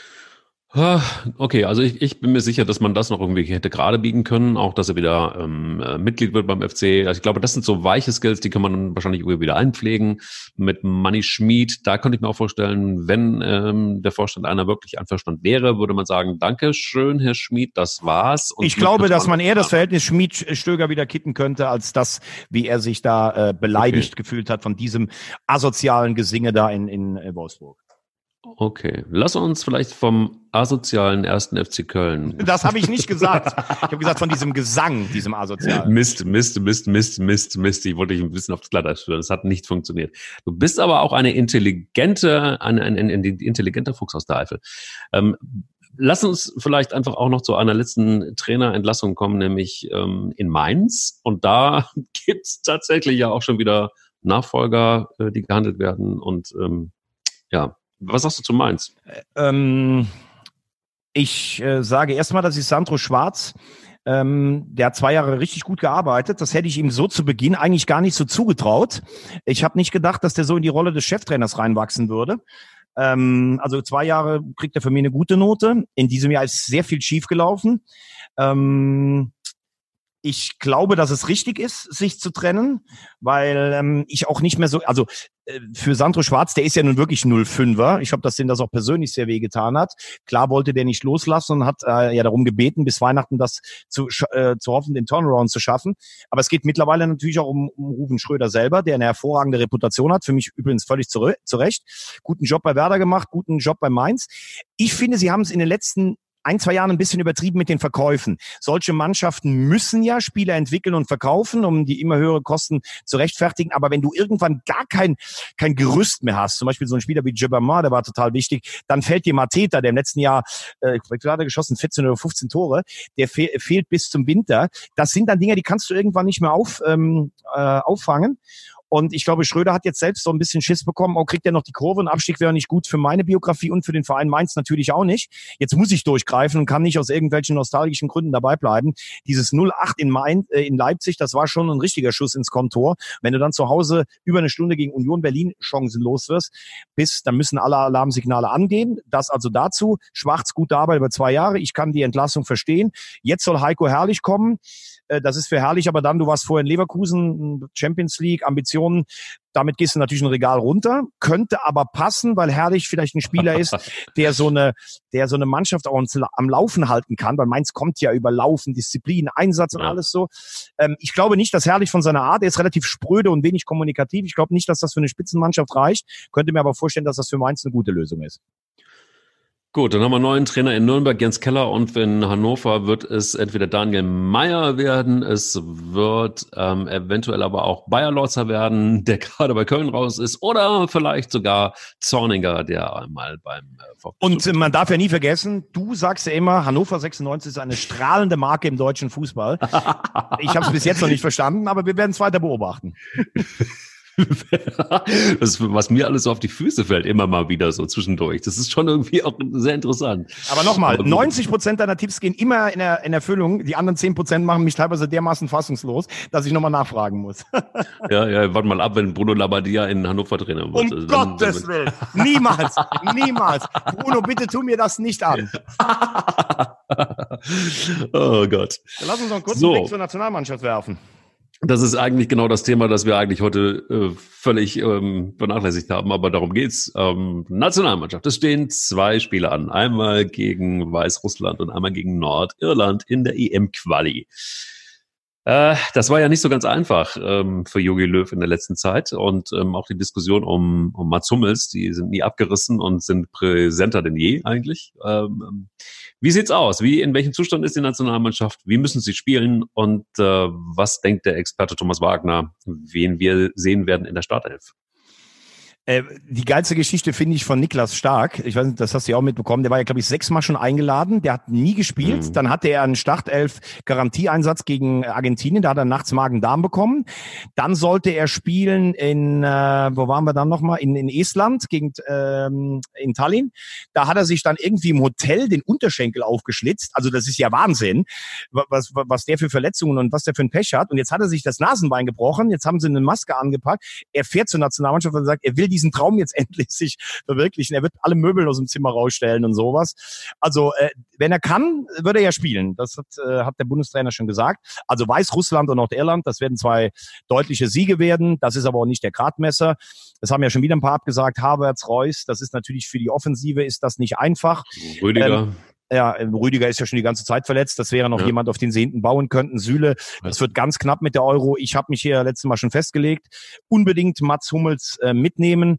Okay, also ich bin mir sicher, dass man das noch irgendwie hätte gerade biegen können, auch dass er wieder Mitglied wird beim FC. Also ich glaube, das sind so weiche Skills, die kann man dann wahrscheinlich irgendwie wieder einpflegen. Mit Manni Schmid, da könnte ich mir auch vorstellen, wenn der Vorstand einer wirklich einverstanden wäre, würde man sagen, danke schön, Herr Schmid, das war's. Und ich glaube, dass man eher das Verhältnis Schmid-Stöger wieder kitten könnte, als das, wie er sich da beleidigt gefühlt hat von diesem asozialen Gesinge da in Wolfsburg. Okay, lass uns vielleicht vom asozialen 1. FC Köln. Das habe ich nicht gesagt. Ich habe gesagt von diesem Gesang, diesem asozialen. Mist. Ich wollte dich ein bisschen aufs Glatteis führen. Das hat nicht funktioniert. Du bist aber auch ein intelligenter Fuchs aus der Eifel. Lass uns vielleicht einfach auch noch zu einer letzten Trainerentlassung kommen, nämlich in Mainz. Und da gibt's tatsächlich ja auch schon wieder Nachfolger, die gehandelt werden. Und ja, was sagst du zu Mainz? Ich sage erstmal, das ist Sandro Schwarz. Der hat 2 Jahre richtig gut gearbeitet. Das hätte ich ihm so zu Beginn eigentlich gar nicht so zugetraut. Ich habe nicht gedacht, dass der so in die Rolle des Cheftrainers reinwachsen würde. Also 2 Jahre kriegt er für mich eine gute Note. In diesem Jahr ist sehr viel schiefgelaufen. Ich glaube, dass es richtig ist, sich zu trennen, weil ich auch nicht mehr so, also für Sandro Schwarz, der ist ja nun wirklich 0-5er. Ich glaube, dass dem das auch persönlich sehr wehgetan hat. Klar wollte der nicht loslassen und hat ja darum gebeten, bis Weihnachten das zu hoffen, den Turnaround zu schaffen. Aber es geht mittlerweile natürlich auch um Ruven Schröder selber, der eine hervorragende Reputation hat. Für mich übrigens völlig zu Recht. Guten Job bei Werder gemacht, guten Job bei Mainz. Ich finde, sie haben es in den letzten 1-2 Jahren ein bisschen übertrieben mit den Verkäufen. Solche Mannschaften müssen ja Spieler entwickeln und verkaufen, um die immer höhere Kosten zu rechtfertigen. Aber wenn du irgendwann gar kein Gerüst mehr hast, zum Beispiel so ein Spieler wie Djibamar, der war total wichtig, dann fällt dir Mateta, der im letzten Jahr gerade geschossen 14 oder 15 Tore, der fehlt bis zum Winter. Das sind dann Dinge, die kannst du irgendwann nicht mehr auffangen. Und ich glaube, Schröder hat jetzt selbst so ein bisschen Schiss bekommen. Oh, kriegt er noch die Kurve? Ein Abstieg wäre nicht gut für meine Biografie und für den Verein Mainz natürlich auch nicht. Jetzt muss ich durchgreifen und kann nicht aus irgendwelchen nostalgischen Gründen dabei bleiben. Dieses 0-8 in Leipzig, das war schon ein richtiger Schuss ins Kontor. Wenn du dann zu Hause über eine Stunde gegen Union Berlin chancenlos wirst, dann müssen alle Alarmsignale angehen. Das also dazu. Schwarz gute Arbeit über 2 Jahre. Ich kann die Entlassung verstehen. Jetzt soll Heiko Herrlich kommen. Das ist für Herrlich, aber dann, du warst vorher in Leverkusen, Champions League, Ambitionen, damit gehst du natürlich ein Regal runter, könnte aber passen, weil Herrlich vielleicht ein Spieler ist, der so eine Mannschaft auch am Laufen halten kann, weil Mainz kommt ja über Laufen, Disziplin, Einsatz und alles so. Ich glaube nicht, dass Herrlich von seiner Art, er ist relativ spröde und wenig kommunikativ, ich glaube nicht, dass das für eine Spitzenmannschaft reicht, könnte mir aber vorstellen, dass das für Mainz eine gute Lösung ist. Gut, dann haben wir einen neuen Trainer in Nürnberg, Jens Keller, und in Hannover wird es entweder Daniel Meyer werden, es wird eventuell aber auch Bayer Lorzer werden, der gerade bei Köln raus ist, oder vielleicht sogar Zorniger, der einmal beim VfB. Und man darf ja nie vergessen, du sagst ja immer, Hannover 96 ist eine strahlende Marke im deutschen Fußball. Ich habe es bis jetzt noch nicht verstanden, aber wir werden es weiter beobachten. Das, was mir alles so auf die Füße fällt, immer mal wieder so zwischendurch. Das ist schon irgendwie auch sehr interessant. Aber nochmal, 90% deiner Tipps gehen immer in Erfüllung. Die anderen 10% machen mich teilweise dermaßen fassungslos, dass ich nochmal nachfragen muss. Ja, warte mal ab, wenn Bruno Labbadia in Hannover Trainer wird. Um Gottes Willen. Niemals. Bruno, bitte tu mir das nicht an. Oh Gott. Dann lass uns noch einen kurzen Blick zur Nationalmannschaft werfen. Das ist eigentlich genau das Thema, das wir eigentlich heute völlig vernachlässigt haben, aber darum geht's. Nationalmannschaft, es stehen 2 Spiele an. Einmal gegen Weißrussland und einmal gegen Nordirland in der EM-Quali. Das war ja nicht so ganz einfach für Jogi Löw in der letzten Zeit, und auch die Diskussion um Mats Hummels, die sind nie abgerissen und sind präsenter denn je eigentlich. Wie sieht's aus? In welchem Zustand ist die Nationalmannschaft? Wie müssen sie spielen? Und was denkt der Experte Thomas Wagner, wen wir sehen werden in der Startelf? Die geilste Geschichte finde ich von Niklas Stark. Ich weiß nicht, das hast du ja auch mitbekommen. Der war ja, glaube ich, 6-mal schon eingeladen. Der hat nie gespielt. Dann hatte er einen Startelf-Garantieeinsatz gegen Argentinien. Da hat er nachts Magen-Darm bekommen. Dann sollte er spielen in, wo waren wir dann nochmal? In Estland gegen in Tallinn. Da hat er sich dann irgendwie im Hotel den Unterschenkel aufgeschlitzt. Also das ist ja Wahnsinn, was der für Verletzungen und was der für ein Pech hat. Und jetzt hat er sich das Nasenbein gebrochen. Jetzt haben sie eine Maske angepackt. Er fährt zur Nationalmannschaft und sagt, er will diesen Traum jetzt endlich sich verwirklichen. Er wird alle Möbel aus dem Zimmer rausstellen und sowas. Also wenn er kann, würde er ja spielen. Das hat der Bundestrainer schon gesagt. Also Weißrussland und Nordirland, das werden 2 deutliche Siege werden. Das ist aber auch nicht der Gradmesser. Das haben ja schon wieder ein paar abgesagt. Havertz, Reus, das ist natürlich für die Offensive ist das nicht einfach. Rüdiger. Ja, Rüdiger ist ja schon die ganze Zeit verletzt. Das wäre noch jemand, auf den sie hinten bauen könnten. Süle, das wird ganz knapp mit der Euro. Ich habe mich hier letztes Mal schon festgelegt. Unbedingt Mats Hummels mitnehmen.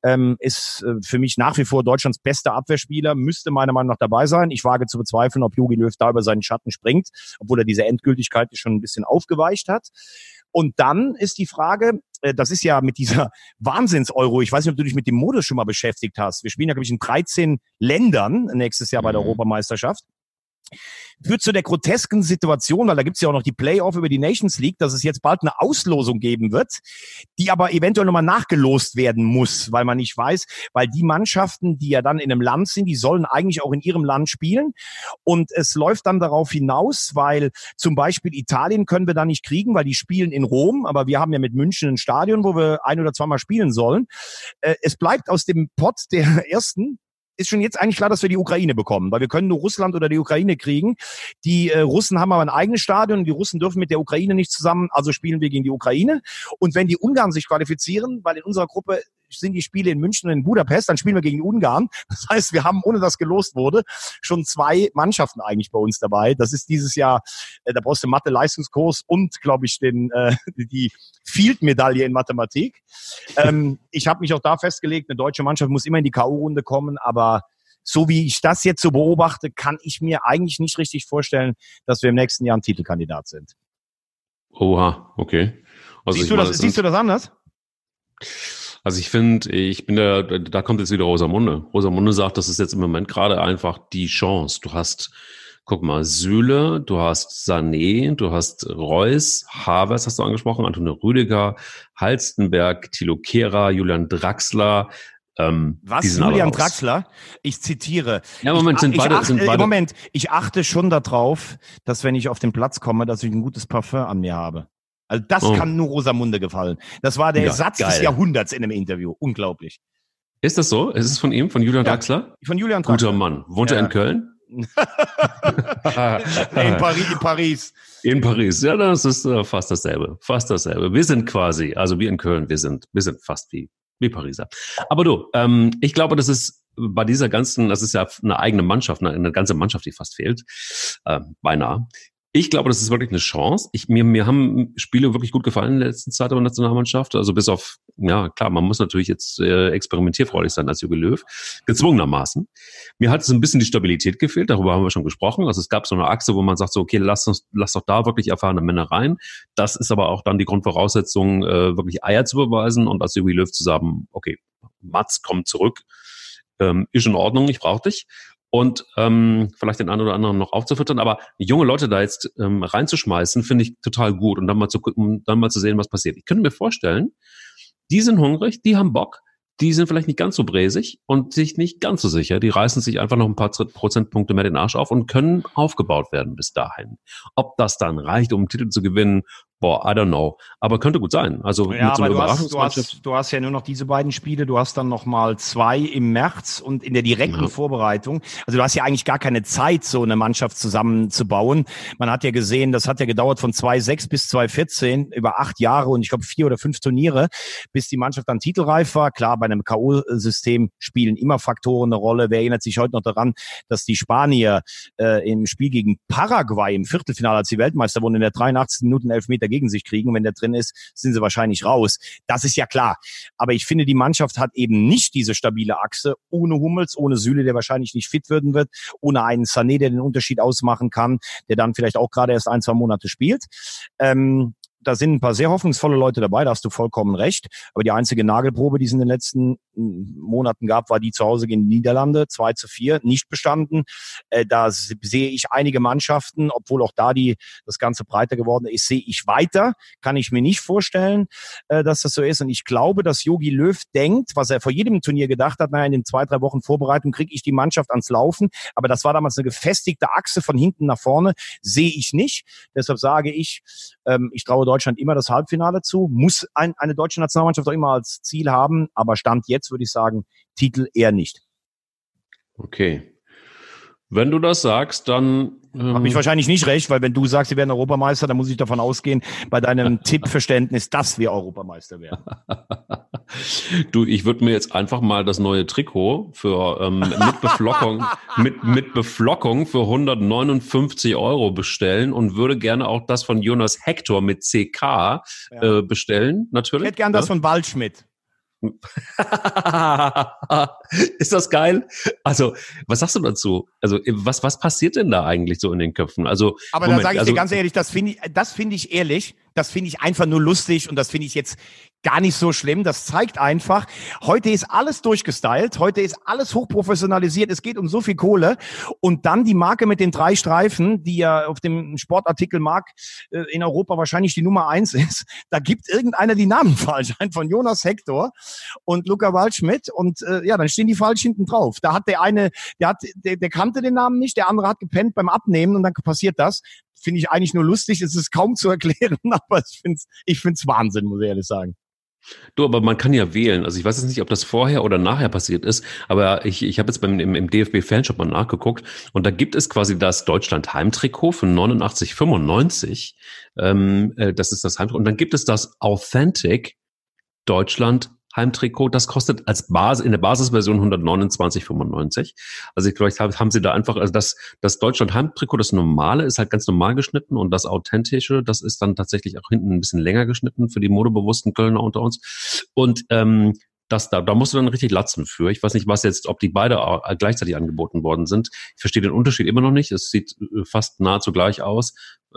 Ist für mich nach wie vor Deutschlands bester Abwehrspieler. Müsste meiner Meinung nach dabei sein. Ich wage zu bezweifeln, ob Jogi Löw da über seinen Schatten springt, obwohl er diese Endgültigkeit schon ein bisschen aufgeweicht hat. Und dann ist die Frage, das ist ja mit dieser Wahnsinns-Euro, ich weiß nicht, ob du dich mit dem Modus schon mal beschäftigt hast. Wir spielen ja, glaube ich, in 13 Ländern nächstes Jahr bei der Europameisterschaft. Führt zu der grotesken Situation, weil da gibt's ja auch noch die Play-Off über die Nations League, dass es jetzt bald eine Auslosung geben wird, die aber eventuell nochmal nachgelost werden muss, weil man nicht weiß, weil die Mannschaften, die ja dann in einem Land sind, die sollen eigentlich auch in ihrem Land spielen. Und es läuft dann darauf hinaus, weil zum Beispiel Italien können wir da nicht kriegen, weil die spielen in Rom, aber wir haben ja mit München ein Stadion, wo wir 1 oder 2 Mal spielen sollen. Es bleibt aus dem Pott der ersten, ist schon jetzt eigentlich klar, dass wir die Ukraine bekommen, weil wir können nur Russland oder die Ukraine kriegen. Die Russen haben aber ein eigenes Stadion und die Russen dürfen mit der Ukraine nicht zusammen, also spielen wir gegen die Ukraine. Und wenn die Ungarn sich qualifizieren, weil in unserer Gruppe sind die Spiele in München und in Budapest, dann spielen wir gegen die Ungarn. Das heißt, wir haben, ohne dass gelost wurde, schon 2 Mannschaften eigentlich bei uns dabei. Das ist dieses Jahr, da brauchst du Mathe-Leistungskurs und, glaube ich, die Field-Medaille in Mathematik. Ich habe mich auch da festgelegt, eine deutsche Mannschaft muss immer in die K.O.-Runde kommen, aber so wie ich das jetzt so beobachte, kann ich mir eigentlich nicht richtig vorstellen, dass wir im nächsten Jahr ein Titelkandidat sind. Oha, okay. Also Siehst du das anders? Also ich finde, da kommt jetzt wieder Rosamunde. Rosamunde sagt, das ist jetzt im Moment gerade einfach die Chance. Du hast, guck mal, Süle, du hast Sané, du hast Reus, Havertz hast du angesprochen, Antonio Rüdiger, Halstenberg, Thilo Kehrer, Julian Draxler. Was, Julian Draxler? Ich zitiere. Ja, Moment, sind beide. Moment, ich achte schon darauf, dass wenn ich auf den Platz komme, dass ich ein gutes Parfum an mir habe. Also das kann nur Rosamunde gefallen. Das war der Satz des Jahrhunderts in einem Interview. Unglaublich. Ist das so? Ist es von ihm, von Julian Draxler? Von Julian Draxler. Guter Mann. Wohnt er in Köln? In Paris. In Paris. Ja, das ist fast dasselbe. Fast dasselbe. Wir sind quasi, also wir in Köln, wir sind fast wie Pariser. Aber du, ich glaube, das ist bei dieser ganzen, das ist ja eine eigene Mannschaft, eine ganze Mannschaft, die fast fehlt. Beinahe. Ich glaube, das ist wirklich eine Chance. Mir haben Spiele wirklich gut gefallen in der letzten Zeit der Nationalmannschaft. Also bis auf, ja klar, man muss natürlich jetzt experimentierfreudig sein als Jogi Löw, gezwungenermaßen. Mir hat es ein bisschen die Stabilität gefehlt, darüber haben wir schon gesprochen. Also es gab so eine Achse, wo man sagt so, okay, lass doch da wirklich erfahrene Männer rein. Das ist aber auch dann die Grundvoraussetzung, wirklich Eier zu beweisen und als Jogi Löw zu sagen, okay, Mats, komm zurück, ist in Ordnung, ich brauche dich. Und vielleicht den einen oder anderen noch aufzufüttern, aber junge Leute da jetzt reinzuschmeißen, finde ich total gut und dann mal zu sehen, was passiert. Ich könnte mir vorstellen, die sind hungrig, die haben Bock, die sind vielleicht nicht ganz so bräsig und sich nicht ganz so sicher. Die reißen sich einfach noch ein paar Prozentpunkte mehr den Arsch auf und können aufgebaut werden bis dahin. Ob das dann reicht, um einen Titel zu gewinnen, boah, I don't know. Aber könnte gut sein. Also ja, mit so einer Überraschungsmannschaft. Du hast ja nur noch diese beiden Spiele. Du hast dann noch mal 2 im März und in der direkten Vorbereitung. Also du hast ja eigentlich gar keine Zeit, so eine Mannschaft zusammenzubauen. Man hat ja gesehen, das hat ja gedauert von 2006 bis 2014, über 8 Jahre und ich glaube 4 oder 5 Turniere, bis die Mannschaft dann titelreif war. Klar, bei einem K.O.-System spielen immer Faktoren eine Rolle. Wer erinnert sich heute noch daran, dass die Spanier im Spiel gegen Paraguay im Viertelfinale, als sie Weltmeister wurden, in der 83. Minute 11 Meter gegen sich kriegen. Wenn der drin ist, sind sie wahrscheinlich raus. Das ist ja klar. Aber ich finde, die Mannschaft hat eben nicht diese stabile Achse. Ohne Hummels, ohne Süle, der wahrscheinlich nicht fit werden wird, ohne einen Sané, der den Unterschied ausmachen kann, der dann vielleicht auch gerade erst 1-2 Monate spielt. da sind ein paar sehr hoffnungsvolle Leute dabei, da hast du vollkommen recht. Aber die einzige Nagelprobe, die es in den letzten Monaten gab, war die zu Hause gegen die Niederlande, 2-4, nicht bestanden. Da sehe ich einige Mannschaften, obwohl auch da das Ganze breiter geworden ist, sehe ich weiter. Kann ich mir nicht vorstellen, dass das so ist. Und ich glaube, dass Jogi Löw denkt, was er vor jedem Turnier gedacht hat, naja, in den 2-3 Wochen Vorbereitung kriege ich die Mannschaft ans Laufen. Aber das war damals eine gefestigte Achse von hinten nach vorne, sehe ich nicht. Deshalb sage ich traue Deutschland immer das Halbfinale zu, muss eine deutsche Nationalmannschaft auch immer als Ziel haben, aber Stand jetzt würde ich sagen, Titel eher nicht. Okay. Wenn du das sagst, dann... Habe ich wahrscheinlich nicht recht, weil wenn du sagst, wir werden Europameister, dann muss ich davon ausgehen, bei deinem Tippverständnis, dass wir Europameister werden. Du, ich würde mir jetzt einfach mal das neue Trikot für mit Beflockung für 159 € bestellen und würde gerne auch das von Jonas Hector mit CK bestellen, natürlich. Ich hätte gern das von Waldschmidt. Ist das geil? Also, was sagst du dazu? Also, was passiert denn da eigentlich so in den Köpfen? Also, aber Moment, da sage ich dir ganz ehrlich, das finde ich ehrlich, das finde ich einfach nur lustig und das finde ich jetzt gar nicht so schlimm. Das zeigt einfach, heute ist alles durchgestylt, heute ist alles hochprofessionalisiert, es geht um so viel Kohle und dann die Marke mit den 3 Streifen, die ja auf dem Sportartikelmarkt in Europa wahrscheinlich die Nummer 1 ist, da gibt irgendeiner die Namen falsch, ein von Jonas Hector und Luca Waldschmidt und dann stehen die falsch hinten drauf. Da hat der kannte den Namen nicht, der andere hat gepennt beim Abnehmen und dann passiert das. Finde ich eigentlich nur lustig, es ist kaum zu erklären, aber ich find's Wahnsinn, muss ich ehrlich sagen. Du, aber man kann ja wählen. Also ich weiß jetzt nicht, ob das vorher oder nachher passiert ist, aber ich habe jetzt im DFB-Fanshop mal nachgeguckt und da gibt es quasi das Deutschland-Heimtrikot von 89,95. Das ist das Heimtrikot. Und dann gibt es das Authentic Deutschland Heimtrikot, das kostet in der Basisversion 129,95. Also vielleicht haben sie da einfach, also das Deutschland Heimtrikot, das normale ist halt ganz normal geschnitten und das authentische, das ist dann tatsächlich auch hinten ein bisschen länger geschnitten für die modebewussten Kölner unter uns. Und da musst du dann richtig latzen für. Ich weiß nicht, ob die beide gleichzeitig angeboten worden sind. Ich verstehe den Unterschied immer noch nicht. Es sieht fast nahezu gleich aus.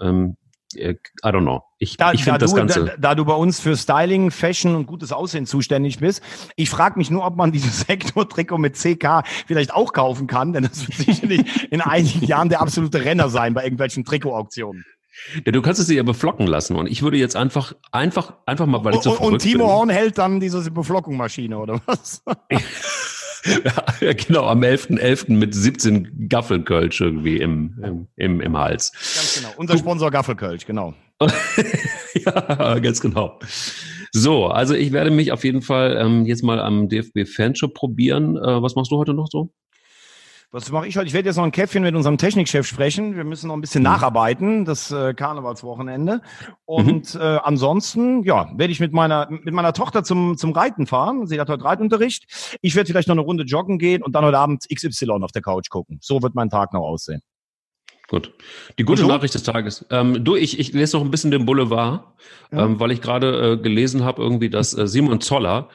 I don't know. Ich finde das Ganze... Da du bei uns für Styling, Fashion und gutes Aussehen zuständig bist, ich frage mich nur, ob man dieses Sektor-Trikot mit CK vielleicht auch kaufen kann, denn das wird sicherlich in einigen Jahren der absolute Renner sein bei irgendwelchen Trikot-Auktionen. Ja, du kannst es dir ja beflocken lassen und ich würde jetzt einfach mal, weil ich so verrückt bin. Und Timo Horn hält dann diese Beflockungsmaschine, oder was? Ja, genau, am 11.11. mit 17 Gaffelkölsch irgendwie im Hals. Ganz genau, unser Sponsor Gaffelkölsch, genau. Ja, ganz genau. So, also ich werde mich auf jeden Fall jetzt mal am DFB-Fanshop probieren. Was machst du heute noch so? Was mache ich heute? Ich werde jetzt noch ein Käffchen mit unserem Technikchef sprechen. Wir müssen noch ein bisschen nacharbeiten, das Karnevalswochenende. Und ansonsten, werde ich mit meiner Tochter zum Reiten fahren. Sie hat heute Reitunterricht. Ich werde vielleicht noch eine Runde joggen gehen und dann heute Abend XY auf der Couch gucken. So wird mein Tag noch aussehen. Gut. Die gute Nachricht des Tages. Ich lese noch ein bisschen den Boulevard, weil ich gerade gelesen habe, irgendwie, dass Simon Zoller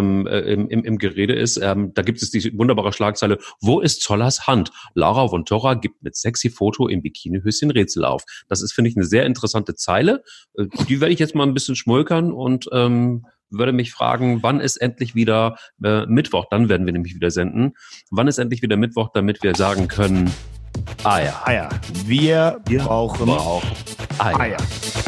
im Gerede ist. Da gibt es die wunderbare Schlagzeile: Wo ist Zollers Hand? Laura von Torra gibt mit sexy Foto im Bikinihöschen Rätsel auf. Das ist, finde ich, eine sehr interessante Zeile. Die werde ich jetzt mal ein bisschen schmolkern und würde mich fragen, wann ist endlich wieder Mittwoch? Dann werden wir nämlich wieder senden. Wann ist endlich wieder Mittwoch, damit wir sagen können: Eier. Wir brauchen Eier. Eier.